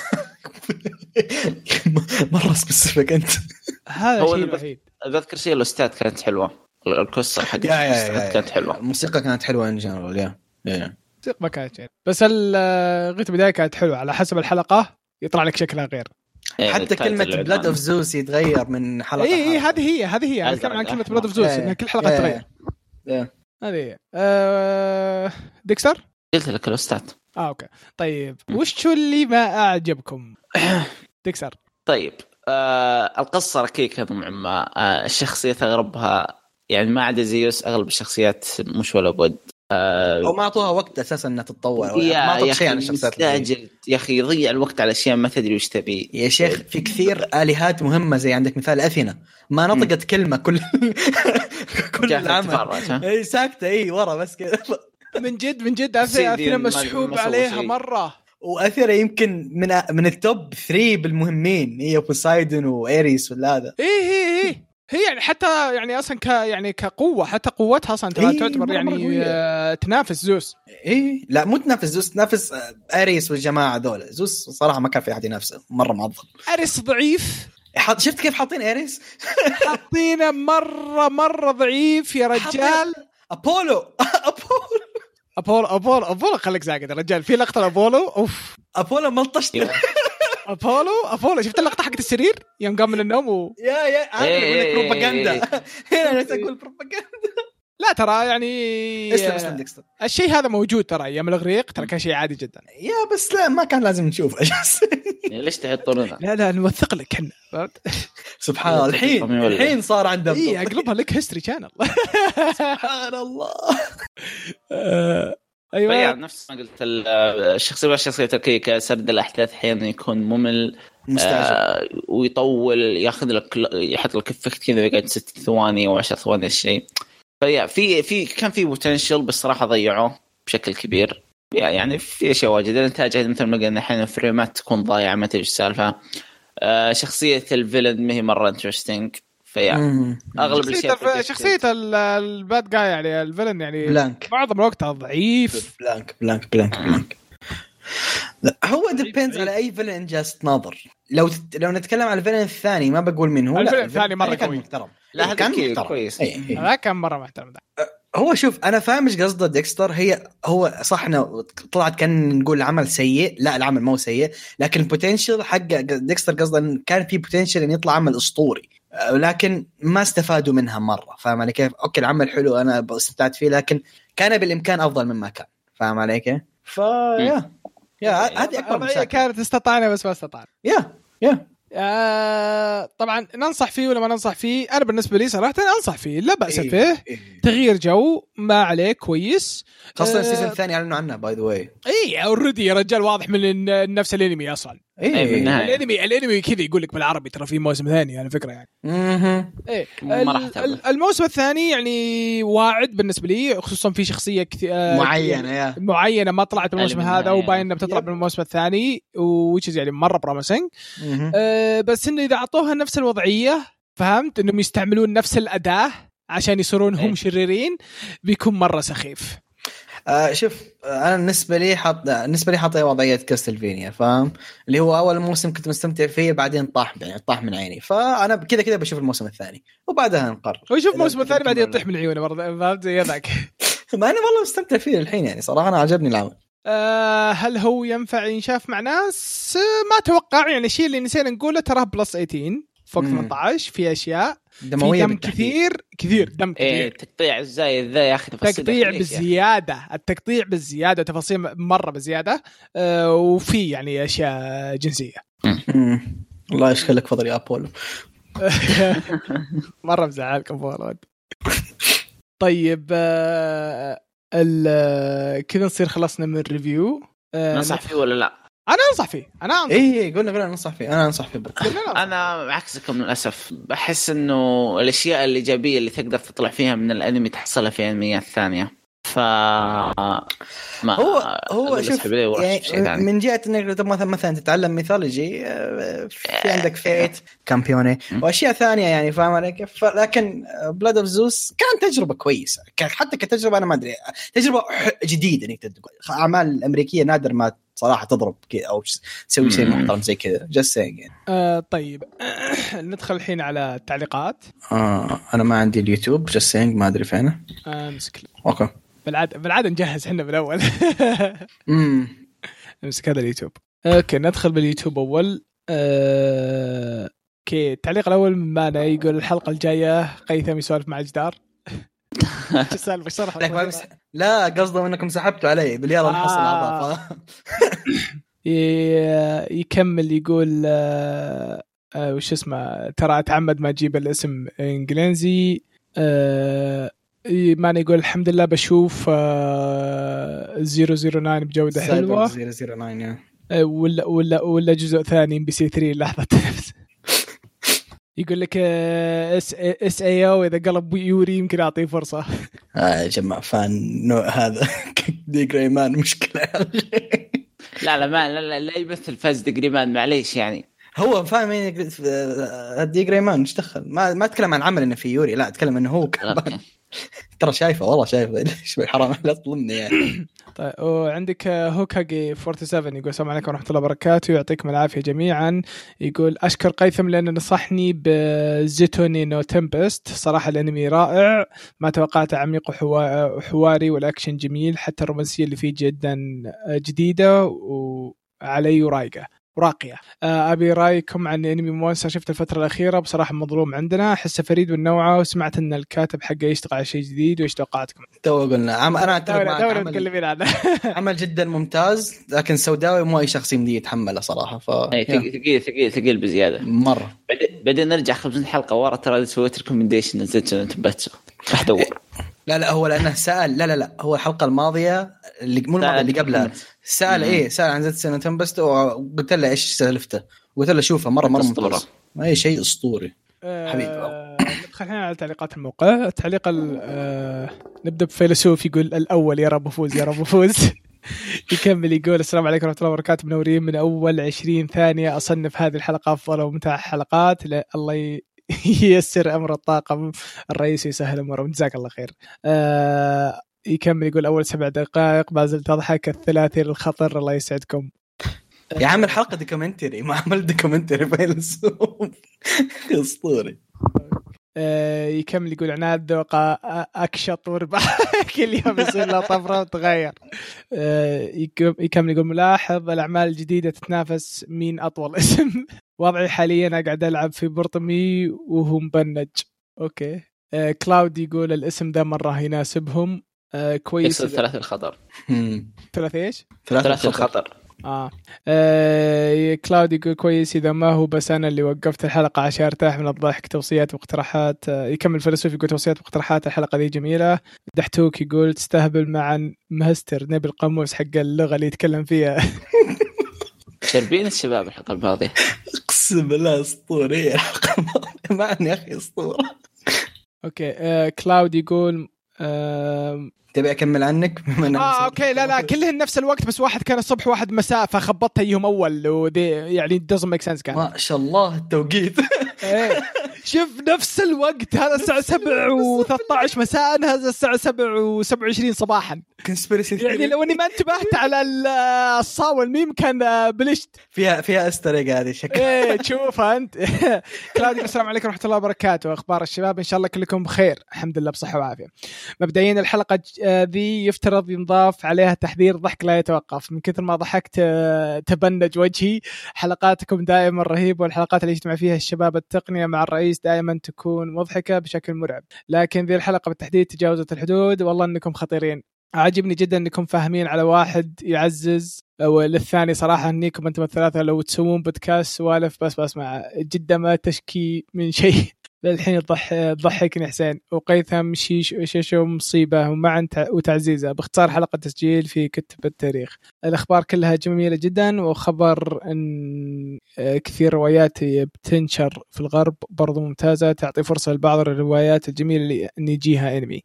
S2: مره سبيسيفيك انت.
S1: هذا شيء الوحيد.
S3: اذكر شيء الاستاذ كانت حلوه، القصه حقتها كانت حلوه،
S2: الموسيقى كانت حلوه ان جنرال. يا يا
S1: الموسيقى ما كانت شيء، بس اغنيه البدايه كانت حلوه. على حسب الحلقه يطلع لك شكلها غير.
S2: إيه حتى كلمة بلاد اوف زوس يتغير من حلقة.
S1: اي اي هذه هي هذه هي اتكلم عن كلمة بلاد اوف زوس انها كل حلقة إيه تتغير.
S2: إيه
S1: هذه هي. أه... ديكستر
S3: قلت لك الاستاذ.
S1: اه اوكي طيب وش شو اللي ما اعجبكم؟ ديكستر.
S3: طيب آه القصة ركيكة نوعا ما، آه الشخصيات اغلبها يعني ما عدا زيوس اغلب الشخصيات مش ولا بد.
S2: آه او ما اعطوها وقت اساسا انها تتطور، ما اعطوك شيء عن الشخصيات.
S3: يا اخي يضيع الوقت على اشياء ما تدري وش تبي
S2: يا شيخ. في كثير الهات مهمه زي عندك مثال اثينا ما نطقت م. كلمه كل كل العمل اي ساكته اي ورا بس كذا.
S1: من جد من جد اثينا مسحوب عليها مره.
S2: واثينا يمكن من من التوب ثلاثة بالمهمين، هي بوسايدون وايريس ولا هذا.
S1: ايه هي هي هي يعني حتى يعني اصلا ك يعني كقوه، حتى قوتها اصلا إيه تعتبر يعني آه تنافس زوس.
S2: ايه لا مو تنافس زوس، تنافس اريس والجماعه ذولا. زوس صراحه ما كان في احد ينافسه، مره معضل.
S1: اريس ضعيف.
S2: حط شفت كيف حاطين اريس؟
S1: حاطينه مره مره ضعيف يا رجال.
S2: ابولو ابولو
S1: ابولو ابولو ابولو خليك ساكت يا رجال. في لقطه ابولو اوف
S2: ابولو ملطشت.
S1: أبولو أبولو شفت اللقطة حقت السرير يوم قام من النوم و...
S2: يا يا عارف إيه بروباغندا. هنا أنا أقول بروباغندا.
S1: لا ترى يعني
S2: اسلم اسلم ديكستر.
S1: الشيء هذا موجود ترى أيام الإغريق، ترى كان شيء عادي جدا.
S2: يا بس لا ما كان لازم نشوف أجلس.
S3: ليش تحطونه؟
S1: لا لا نوثق لك إحنا.
S2: سبحان الله الحين الحين صار عنده.
S1: إيه أقلبها لك هيستوري شانل.
S2: سبحان الله.
S1: ايوه
S3: يعني نفس ما قلت الشخصيه والشخصيه التركيه سرد الاحداث احيانا يكون ممل آه ويطول، ياخذ لك يحط لك افكت كذا يقعد ست ثواني او عشر ثواني الشيء. فيا في في كان في بوتنشل بصراحه ضيعوه بشكل كبير. يعني في اشياء واجد. الانتاج مثل ما قلنا احيانا فريمات تكون ضايعه ما تدري ايش السالفه. آه شخصيه الفيلن ما هي مره انترستينج. فيا اغلب الاشياء
S1: شخصيه الباد جاي يعني الفيلن يعني
S2: بلانك.
S1: معظم الوقت ضعيف.
S2: بلانك بلانك بلانك بلانك. هو ديبيندز على اي فيلن جاست نظر. لو تت... لو نتكلم على الفيلن الثاني ما بقول مين هو.
S1: الفيلن الثاني مره
S2: كان محترم.
S3: لا
S2: كان
S3: كويس.
S1: لا كان مره محترم ده.
S2: هو شوف انا فاهم ايش قصده ديكستر. هي هو صحنا طلعت كان نقول العمل سيء، لا العمل مو سيء، لكن البوتنشل حق ديكستر قصده كان في بوتنشل ان يطلع عمل اسطوري، لكن ما استفادوا منها مره. فاهم علي كيف؟ اوكي العمل حلو انا استمتعت فيه، لكن كان بالامكان افضل مما كان. فاهم علي كيف؟ فيا يا هذه اكبر مشكله.
S1: كانت استطعنا بس ما استطعنا.
S2: يا يا
S1: آه طبعا ننصح فيه ولا ما ننصح فيه؟ انا بالنسبه لي صراحه انصح فيه، لا باس
S2: إيه
S1: فيه.
S2: إيه.
S1: تغيير جو ما عليه كويس،
S2: خاصه
S1: آه
S2: السيزون الثاني اعلنوا عنه باي ذا واي.
S1: اي اوريدي يا رجال، واضح من نفس الانمي اصلا.
S2: ايه
S1: الانمي الانمي كذا يقول لك بالعربي ترى في موسم ثاني على فكره يعني.
S2: اها
S1: ايه الموسم الثاني يعني واعد بالنسبه لي، خصوصا في شخصيه كثير
S2: معينه يا
S1: معينه ما طلعت بالموسم هذا وباين انها بتطلع بالموسم الثاني، وش يعني مره بروميسنج. أه بس انه اذا اعطوها نفس الوضعيه، فهمت انهم يستعملون نفس الاداه عشان يصيرون هم شريرين، بيكون مره سخيف.
S2: آه شوف انا بالنسبه لي حط بالنسبه لي حاطه وضعيه كاستلفينيا، فاهم؟ اللي هو اول موسم كنت مستمتع فيه، بعدين طاح يعني طاح من عيني، فانا كذا كذا بشوف الموسم الثاني وبعدها نقرر.
S1: وشوف الموسم الثاني بعدين يطيح من عيونه برضه، فهمت زي ذاك.
S2: ما انا والله مستمتع فيه الحين يعني صراحه، انا عجبني العمل.
S1: أه هل هو ينفع ينشاف مع ناس؟ ما اتوقع يعني. الشيء اللي نسينا نقوله تراه بلس ثمانية عشر فوق ثمانية عشر، في اشياء
S2: دمويه
S1: دم كثير كثير دم كثير.
S3: إيه تقطيع زي ذا يا اخي،
S1: تقطيع بالزياده، التقطيع بالزياده وتفاصيل مره بزياده. أه وفي يعني اشياء جنسيه.
S2: الله يشكلك فضل يا ابولو.
S1: مره مزعلكم والله. طيب أه كذا نصير خلصنا من الريفيو. أه
S3: ننصح فيه ولا لا؟
S1: انا انصح فيه. انا أنصح.
S2: ايه قلنا قلنا ننصح فيه. انا انصح فيه.
S3: انا عكسكم للاسف، بحس انه الاشياء الايجابيه اللي تقدر تطلع فيها من الانمي تحصلها في انميات ثانيه. ف
S2: ما هو هو شوف يعني من جهه انك مثلا مثلا تتعلم ميثولوجي، في عندك فيت كامبيوني واشياء ثانيه يعني، فاهم علي كيف؟ لكن بلاد اوف زوس كان تجربه كويسه، حتى كتجربه انا ما ادري، تجربه جديده انك تقول اعمال الامريكيه نادر ما صراحه تضرب كذا او تسوي شيء محترم زي كذا. جست سينج يعني.
S1: آه طيب ندخل الحين على التعليقات.
S2: آه انا ما عندي اليوتيوب. جست سينج ما ادري فينه.
S1: امسك
S2: آه اوكي.
S1: بالعاده بالعاده نجهز احنا بالاول.
S2: امم
S1: امسك هذا اليوتيوب. اوكي ندخل باليوتيوب اول. آه... اوكي التعليق الاول من مانا يقول الحلقه الجايه قيثم يسولف مع الجدار. ايش السالفه؟ شرح.
S2: لا قصده انكم سحبتوا علي باليلا نحصل اعضاء.
S1: يكمل يقول آه... آه... وش اسمه، ترى اتعمد ما اجيب الاسم انجليزي. آه... ماني يقول الحمد لله بشوف زيرو زيرو ناين بجودة حلوة.
S2: زيرو زيرو ناين
S1: ولا ولا ولا جزء ثاني بي سي ثري لحظة. يقول لك اس اس اي او اذا قلب يوري يمكن اعطيه فرصة.
S2: اه يا جماعة فان نوع هذا ديجريمان مشكلة.
S3: لا لا ما لا لا يمثل فاز ديجريمان معليش يعني.
S2: هو فاهم يعني ديجريمان ايش دخل؟ ما ما اتكلم عن عمل انه في يوري، لا اتكلم انه هو كمان. ترى شايفه والله شايفه شوي حرام لا تظلمني يعني.
S1: طيب وعندك هوكاجي سبعة وأربعين يقول السلام عليكم ورحمة الله وبركاته، يعطيكم العافية جميعا. يقول أشكر قيثم لأنه نصحني بزيتوني نو تمبست، صراحة الأنمي رائع، ما توقعت عميق وحواري والأكشن جميل، حتى الرومانسية اللي فيه جدا جديدة وعلي رايقة راقية. أبي رأيكم عن أنمي مونستر شفت الفترة الأخيرة، بصراحة مظلوم عندنا، أحسه فريد من نوعه، وسمعت أن الكاتب حقه يشتغل على شيء جديد، وإيش توقعاتكم؟
S2: تو قلنا عم... أنا أتفق معك، عمل... عمل جدا ممتاز، لكن سوداوي مو أي شخص يمدي يتحمله صراحة. ف...
S3: ثقيل ثقيل ثقيل بزيادة
S2: مرة.
S3: بعدين نرجع خمسين حلقة ورا ترى سويت ريكومنديشن نزلت تبتسو راح دور.
S2: لا لا هو لأنه سأل لا لا لا هو الحلقة الماضية اللي مو الماضية اللي قبلها سأل إيه سأل عن زيت سنة تنبست، وقلت له إيش سالفته، وقلت له شوفه مرة مرة ممتاز، أي شيء أسطوري.
S1: أه حبيبي ندخل الحين على تعليقات الموقع. التعليق أه نبدأ بفيلسوف يقول الأول يا رب فوز يا رب فوز. يكمل يقول السلام عليكم ورحمة الله وبركاته، منورين من أول عشرين ثانية أصنف هذه الحلقة أفضل ومتع حلقات، الله ييسر أمر الطاقم الرئيسي يسهل أمره، جزاك الله خير. أه يكمل يقول أول سبع دقائق ما زلت أضحك، الثلاثي للخطر، الله يسعدكم.
S2: يا عمل حلقة دوكيومنتري، ما عمل دوكيومنتري فيلسوف أسطوري.
S1: أه يكمل يقول عناد ذوقة أكشط وربح كل يوم يصير له طفرة وتغير. أه يكمل يقول ملاحظ الأعمال الجديدة تتنافس مين أطول اسم. وضعي حاليا أقعد ألعب في برطمي وهو مبنج. أوكي. أه كلاود يقول الاسم ذا مرة يناسبهم. أه كويس.
S3: ثلاث الخطر.
S1: ثلاث إيش؟
S3: ثلاث الخطر.
S1: آه. آه كلاود يقول كويس إذا ما هو بس أنا اللي وقفت الحلقة عشان أرتاح من الضحك. توصيات واقتراحات. آه يكمل فيلسوف يقول توصيات واقتراحات الحلقة دي جميلة. دحتوك يقول تستهبل مع مهستر نبي القاموس حق اللغة اللي يتكلم فيها.
S3: شربين الشباب الحلقة الماضية
S2: اقسم بالله اسطورية الحلقة الماضية معني يا اخي اسطورة.
S1: اوكي آه كلاود يقول آه
S2: تبي اكمل عنك؟
S1: اه اوكي لا لا كلهن نفس الوقت بس واحد كان الصبح واحد مساء فخبطت ايهم اول ودي يعني doesn't make sense كان.
S2: ما شاء الله التوقيت.
S1: ايه شوف نفس الوقت هذا الساعة سبعة وثلاثة عشر مساء هذا الساعة سبعة وسبعة وعشرين صباحا.
S2: كونسبيرسي
S1: يعني لو اني ما انتبهت على الصاوة الميم كان بلشت
S2: فيها فيها استريق هذه شكل.
S1: ايه تشوف انت. كلاودي السلام عليكم ورحمة الله وبركاته. اخبار الشباب؟ ان شاء الله كلكم بخير الحمد لله بصحة وعافية. مبدئيا الحلقة ذي يفترض ينضاف عليها تحذير ضحك لا يتوقف. من كثر ما ضحكت تبنج وجهي. حلقاتكم دائما رهيبة والحلقات اللي يجتمع فيها الشباب التقنية مع الرئيس دائما تكون مضحكة بشكل مرعب. لكن ذي الحلقة بالتحديد تجاوزت الحدود. والله انكم خطيرين. عجبني جدا انكم فاهمين على واحد يعزز وللثاني صراحة انكم انتم الثلاثة لو تسوون بودكاست سوالف بس بسمع جدا ما تشكي من شيء. للحين ضحكني حسين وقيثم شيش شيشو مصيبة ومعا وتعزيزة. باختصار حلقة تسجيل في كتب التاريخ. الأخبار كلها جميلة جدا وخبر أن كثير روايات بتنشر في الغرب برضو ممتازة تعطي فرصة لبعض الروايات الجميلة أن يجيها أنمي.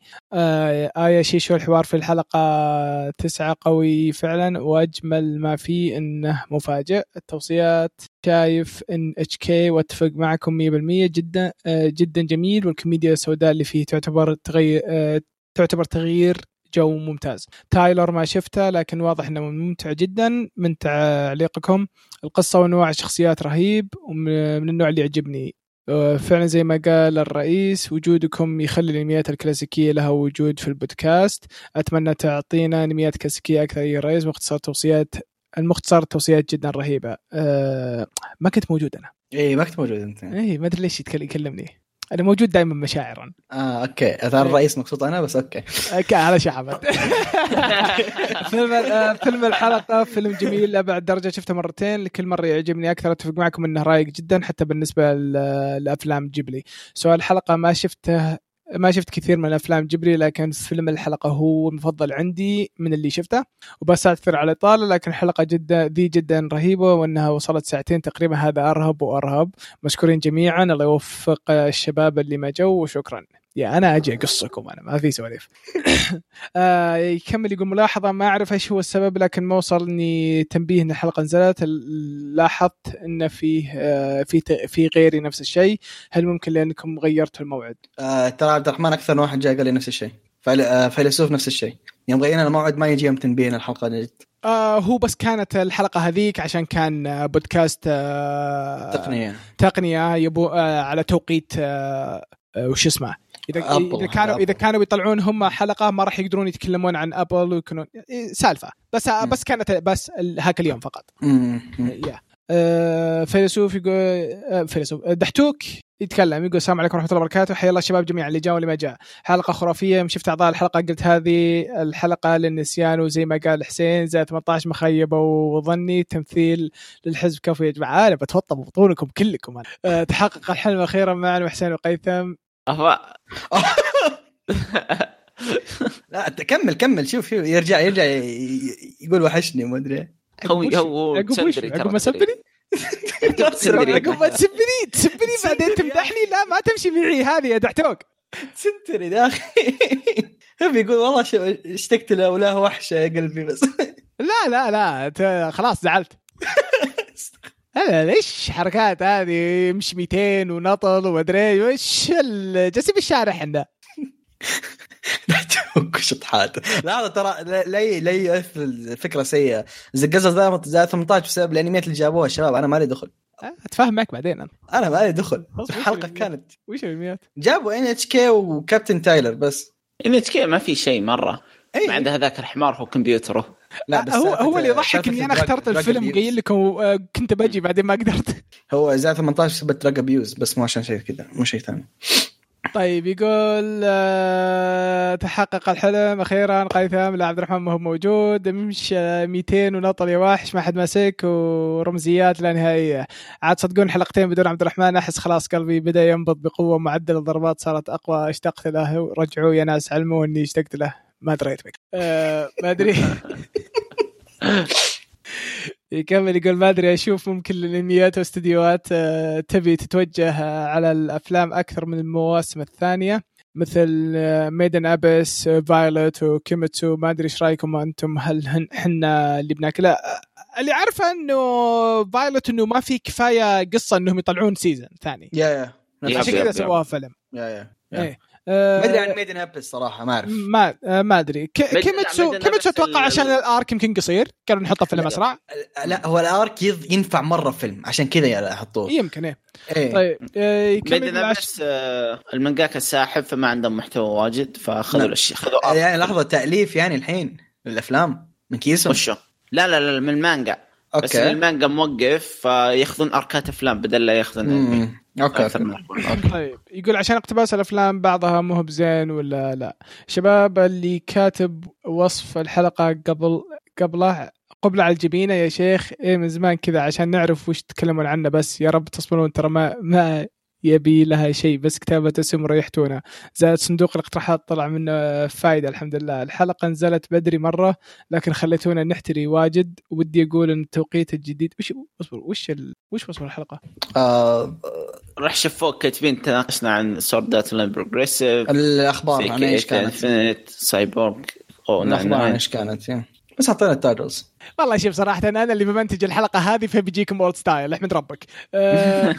S1: آه آية شيشو الحوار في الحلقة تسعة قوي فعلا وأجمل ما فيه أنه مفاجئ. التوصيات شايف ان اتش كي واتفق معكم مية بالمية جدا جدا جميل والكوميديا السوداء اللي فيه تعتبر تغير تعتبر تغيير جو ممتاز. تايلر ما شفته لكن واضح انه ممتع جدا من تعليقكم. القصة وانواع الشخصيات رهيب ومن النوع اللي يعجبني فعلا زي ما قال الرئيس. وجودكم يخلي الانميات الكلاسيكية لها وجود في البودكاست. اتمنى تعطينا انميات كلاسيكية اكثر يا رئيس. باختصار توصيات المختصر توصيات جدا رهيبة. أه ما كنت موجود أنا.
S2: إيه ما كنت موجود أنت.
S1: إيه ما أدري ليش يتكلم يكلمني. أنا موجود دائما مشاعرا.
S2: آه أوكي أثار الرئيس مقصود أنا بس أوكي.
S1: أوكي على شعبت. فيلم فيلم الحلقة فيلم جميل لأبعد درجة شفته مرتين لكل مرة يعجبني أكثر. أتفق معكم إنه رايق جدا حتى بالنسبة للأفلام جيبلي. سؤال الحلقة ما شفته ما شفت كثير من أفلام جبري لكن فيلم الحلقة هو المفضل عندي من اللي شفته وبس أكثر على طالة. لكن الحلقة جدا ذي جدا رهيبة وأنها وصلت ساعتين تقريبا. هذا أرهب وأرهب. مشكورين جميعا. الله يوفق الشباب اللي ما جو وشكرا. يا أنا أجي أقصكم أنا ما في سوالف. آه يكمل يقول ملاحظة ما أعرف إيش هو السبب لكن ما وصلني تنبيه إن الحلقة نزلت. لاحظت إن فيه آه في في غيري نفس الشيء. هل ممكن لأنكم غيرتوا الموعد؟
S2: آه ترى عبد الرحمن أكثر من واحد جاء قال لي نفس الشيء. فيلسوف نفس الشيء يوم غيرنا الموعد ما يجيهم تنبيه الحلقة جديد.
S1: آه هو بس كانت الحلقة هذيك عشان كان بودكاست آه
S2: تقنية
S1: تقنية يبو آه على توقيت آه وش اسمه إذا إذا كانوا إذا كانوا بيطلعون هم حلقة ما راح يقدرون يتكلمون عن أبل ويكونون سالفة بس م. بس كانت بس هاك اليوم فقط. يا آه فيلسوف يقول آه فيلسوف دحتوك يتكلم يقول السلام عليكم ورحمة الله وبركاته. حيا الله الشباب جميعا اللي جاء واللي ما جاء. حلقة خرافية. شفت أعضاء الحلقة قلت هذه الحلقة للنسيان وزي ما قال حسين زي ثمانية عشر مخيبة وظني تمثيل للحزب كفو يا جماعة. أنا بتوطى بطونكم كلكم أنا. أه تحقق الحلم أخيرا معنا وحسين وقيثم.
S2: لا كمل كمل شوف يرجع يرجع يقول وحشني ما أدري.
S3: هو هو
S1: عقب ما سبني عقب ما تسبني تسبني بعدين تمدحني. لا ما تمشي معي هذه يا دحتوك.
S2: سنتري يا أخي. هو بيقول والله اشتقت له ولا وحشة يا قلبي بس.
S1: لا لا لا خلاص زعلت. أنا ليش حركات هذه مش مئتين ونطل ومدري وش الجسم الشارع عندنا.
S2: شطحات. لا ترى لا لا يأثر الفكرة سيئة. إذا قصص ذا ثمانية عشر بسبب الأنميات اللي جابوها الشباب أنا ما لي دخل.
S1: أتفهم معك بعدين. أنا
S2: أنا ما لي دخل. الحلقة كانت
S1: وش الأنميات
S2: جابوا إن إتش كي وكابتن تايلر بس.
S3: إن إتش كي ما في شيء مرة.
S2: أيه.
S3: ما عنده هذاك الحمار هو كمبيوتره.
S1: لا بس هو هو اللي يضحك إني أنا اخترت الفيلم قايل لكم كنت باجي بعدين ما قدرت.
S2: هو إذا ثمانية عشر سبت رقب بيوز بس مو عشان شيء كذا مو شيء ثاني.
S1: طيب يقول آه تحقق الحلم اخيرا قيثم. لا عبد الرحمن ما هو موجود. مش مئتين ونطل يا وحش ما حد ماسك ورمزيات لا نهائيه. عاد صدقون حلقتين بدون عبد الرحمن احس خلاص قلبي بدا ينبض بقوه. معدل الضربات صارت اقوى. اشتقت له. رجعوا يا ناس علموا اني اشتقت له. ما دريت بك آه ما ادري. يكمل يقول ما أدري أشوف ممكن الأنميات واستديوهات تبي تتوجه على الأفلام أكثر من المواسم الثانية مثل ميدن أبس فايلوت وكيميتسو. ما أدري إيش رأيكم أنتم؟ هل حنا اللي بناكله؟ اللي عارفه إنه فايلوت إنه ما في كفاية قصة إنهم يطلعون سيزن ثاني.
S2: يا
S1: يا عشان كذا سووها فيلم.
S2: يا يا
S1: إيه.
S2: ما ادري عن ميدن ابس صراحه ما اعرف.
S1: ما ما ادري كيميتسو كيميتسو اتوقع عشان الارك يمكن قصير كانوا نحطه فيلم اسرع.
S2: لا هو الارك ينفع مره فيلم عشان كذا يحطوه
S1: يمكن. ايه,
S2: إيه.
S1: طيب
S3: ميدن ابس المانجاكا الساحب فما عندهم محتوى واجد فاخذوا الاشياء خذوا
S2: يعني لحظه تاليف يعني الحين الافلام من كيسهم
S3: وشو لا لا لا من المانجا.
S2: أوكي.
S3: بس المانجا موقف فياخذون اركات افلام بدل لا ياخذون
S2: اوكي.
S1: طيب يقول عشان اقتباس الافلام بعضها مو بزين ولا لا. شباب اللي كاتب وصف الحلقه قبل قبله قبل على الجبينه يا شيخ ايه من زمان كذا عشان نعرف وش تتكلمون عنه. بس يا رب تصبرون ترى ما ما يبي لها شيء بس كتابة اسم ريحتونا. زائد صندوق الاقتراحات طلع منه فايدة الحمد لله. الحلقة نزلت بدري مرة لكن خليتونا نحتري واجد. ودي أقول إن التوقيت الجديد وش أصبر وش ال... وش وصف الحلقة؟
S2: آه...
S3: راح شفوك كاتبين تناقشنا عن سوردات لاين بروجريسيف
S2: الأخبار عن إيش كانت
S3: انفينيت سايبورغ أو
S2: الأخبار عن إيش كانت يعني. بس حطينا التايتلز.
S1: والله شوف صراحة أنا اللي بمنتج الحلقة هذه فبيجيكم أولد ستايل احمد ربك. أه...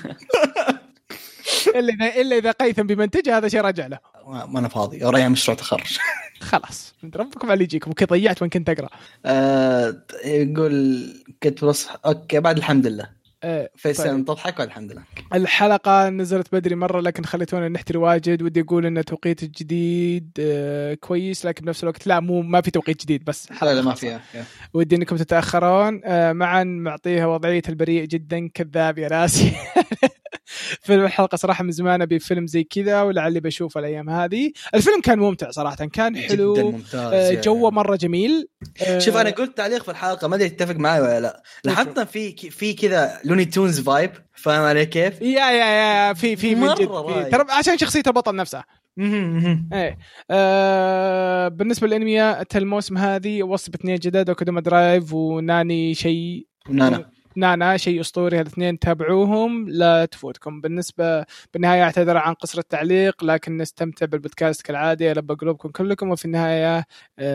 S1: إلا إذا إلا إذا قيثم بمنتجه هذا شيء راجع له.
S2: ما أنا فاضي ورايا مشروع تخرج.
S1: خلاص ربكم على اللي يجيكم. وكي ضيعت وين كنت أقرأ.
S2: أه... يقول كنت بص أوكي بعد الحمد لله.
S1: أه...
S2: فيسن تضحك والحمد لله.
S1: الحلقة نزلت بدري مرة لكن خليتونا نحتري واجد. ودي أقول إن توقيت الجديد أه... كويس لكن بنفس الوقت لا مو ما في توقيت جديد بس
S2: لا لا ما فيها.
S1: ودي إنكم تتأخرون أه... معا معطيها وضعية البريء جدا كذاب يا ناسي. فيلم الحلقة صراحة من زمان أبي فيلم زي كذا ولعلي بشوفه الأيام هذه. الفيلم كان ممتع صراحة كان حلو
S2: جدا ممتاز
S1: جوه مرة جميل.
S2: شوف أنا قلت تعليق في الحلقة ما أدري تتفق معي ولا لا. لاحظنا في في كذا لوني تونز فايب فاهم علي كيف؟
S1: يا يا يا في في من جد ترى عشان شخصية البطل نفسها. ايه آه بالنسبة للأنميات الموسم هذه وصف اثنين جداد وكدوما درايف وناني شيء
S2: نانا
S1: نانا شيء أسطوري. هالاثنين تابعوهم لا تفوتكم. بالنسبة بالنهاية أعتذر عن قصر التعليق لكن نستمتع بالبودكاست كالعادة. يلبى قلوبكم كلكم. وفي النهاية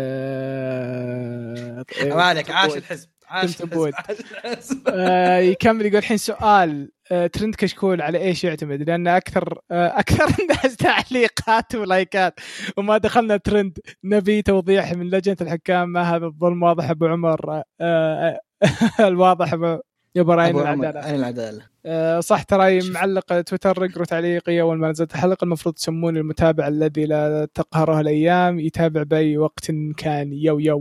S1: آه...
S2: ما عليك عاش الحزب عاش
S1: الحزب. آه يكمل يقول الحين سؤال آه ترند كشكول على إيش يعتمد؟ لأن أكثر آه أكثر الناس تعليقات ولايكات وما دخلنا ترند. نبي توضيح من لجنة الحكام ما هذا الظلم. واضح أبو عمر آه الواضح أبو يبراين العدالة.
S2: العدالة
S1: أه صح ترى معلق تويتر اقروا تعليقي أول ما نزلت الحلقة. المفروض تسمون المتابع الذي لا تقهره الأيام يتابع بأي وقت كان يو يو.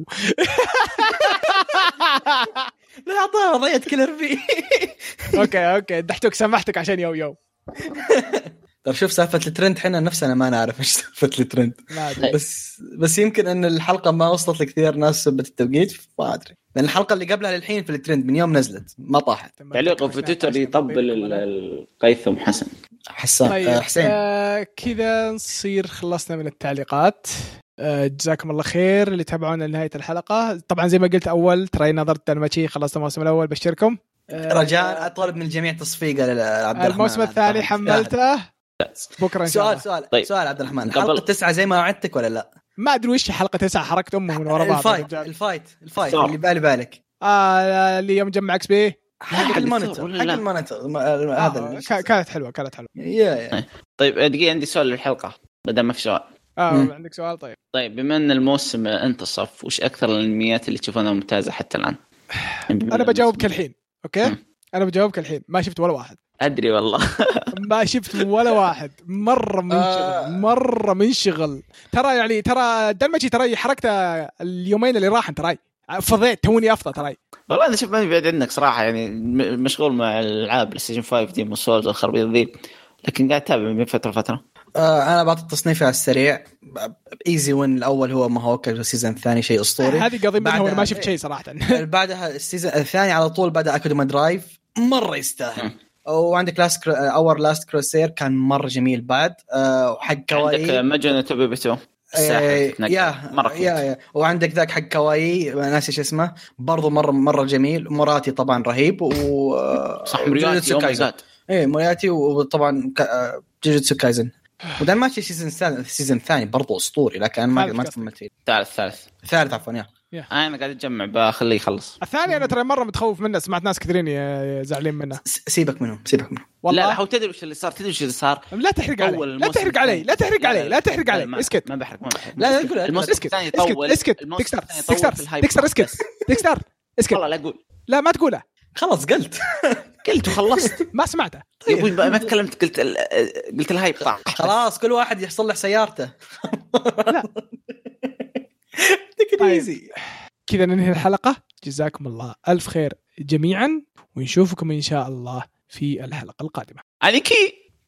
S2: لا أعطاها ضيعت كلر بي.
S1: أوكي أوكي دحتك سامحتك عشان يو يو.
S2: طيب شوف سالفة الترند حنا نفسنا ما نعرف إيش سالفة الترند بس بس يمكن أن الحلقة ما وصلت لكثير ناس سبت التوقيت ما أدري لأن الحلقة اللي قبلها للحين في الترند من يوم نزلت ما طاحت.
S3: تعليقه في تويتر يطبل القيثم حسن
S2: حسن
S1: طيب
S2: حسين
S1: آه كذا نصير خلصنا من التعليقات. آه جزاكم الله خير اللي تابعونا لنهاية الحلقة. طبعا زي ما قلت أول ترى نظرت دانماتشي خلصت الموسم الأول بشتركم.
S2: آه رجاء أطلب من الجميع تصفيقه لعبد الرحمن.
S1: الموسم الثاني حملته بكرة إن شاء
S2: سؤال
S1: الله.
S2: سؤال
S3: طيب.
S2: سؤال عبد الرحمن حلقة تسعة زي ما وعدتك ولا لا؟
S1: ما أدري وش حلقة تسعة حركت أمه من ورا بعض.
S2: الفايت الفايت الفايت اللي بالي بالك
S1: آه اللي يوم جمع اكس بي
S2: حق المونيتور حق المونيتور هذا
S1: كانت حلوة كانت حلوة.
S2: يا
S3: طيب دقيقة عندي سؤال للحلقة بدل ما في سؤال.
S1: اه م. عندك سؤال؟ طيب
S3: طيب بما ان الموسم انتصف وش اكثر الانميات اللي تشوفونها ممتازة حتى الآن؟
S1: انا بجاوبك الحين اوكي م. انا بجاوبك الحين ما شفت ولا واحد.
S3: ادري والله
S1: ما شفت ولا واحد. مرة منشغل مرة منشغل ترى يعني ترى دانماتشي ترى حركته اليومين اللي راحن ترى فضيت توني افضل ترى
S3: والله انا شوف ما بعد عنك صراحه يعني مشغول مع العاب بلاي ستيشن خمسة دي مصور الخربيط ذي لكن قاعد اتابع من فتره فتره.
S2: آه انا بعطي تصنيفي على السريع. ايزي وين الاول هو ما هو السيزون الثاني شيء اسطوري.
S1: هذه قضيه منها وانا ما شفت شيء صراحه.
S2: بعدها السيزون الثاني على طول بدا اكاديمي درايف مره يستاهل. وعندك لاست اور لاست كروسير كان مره جميل بعد. أه وحق كواي
S3: عندك ماجن توبيبتو
S2: يا يا يا وعندك ذاك حق كواي ناسي ايش اسمه برضو مره مره جميل. مراتي طبعا رهيب و
S3: صح مرياتي كايزن
S2: ايه مرياتي وطبعا جوجوتسو كايزن. وده ماشي سيزون الثاني السيزون الثاني برضو اسطوري لكن انا ما ما كملت فيه.
S3: ثالث ثالث
S2: ثالث عفوا يا
S3: انا قاعد اجمع بخليه يخلص.
S1: الثاني انا ترى مره متخوف منه سمعت ناس كثيرين زعلين منه.
S2: سيبك منهم سيبك منهم
S3: والله. لا هو تدري وش اللي صار تدري وش اللي صار.
S1: لا تحرق علي لا تحرق علي لا تحرق علي لا تحرق علي اسكت.
S3: ما بحرق ما بحرق.
S2: لا لا
S3: الموسم الثاني يطول.
S1: اسكت ديكستر ديكستر ديكستر اسكت ديكستر اسكت.
S3: والله لا اقول
S1: لا ما تقوله.
S2: خلاص قلت
S3: قلت وخلصت.
S1: ما سمعته
S3: يا ابوي ما تكلمت قلت قلت الهايب طاح.
S2: خلاص كل واحد يصلح سيارته.
S1: لا ايزي كذا ننهي الحلقة. جزاكم الله ألف خير جميعا ونشوفكم إن شاء الله في الحلقة القادمة.
S3: أنيكي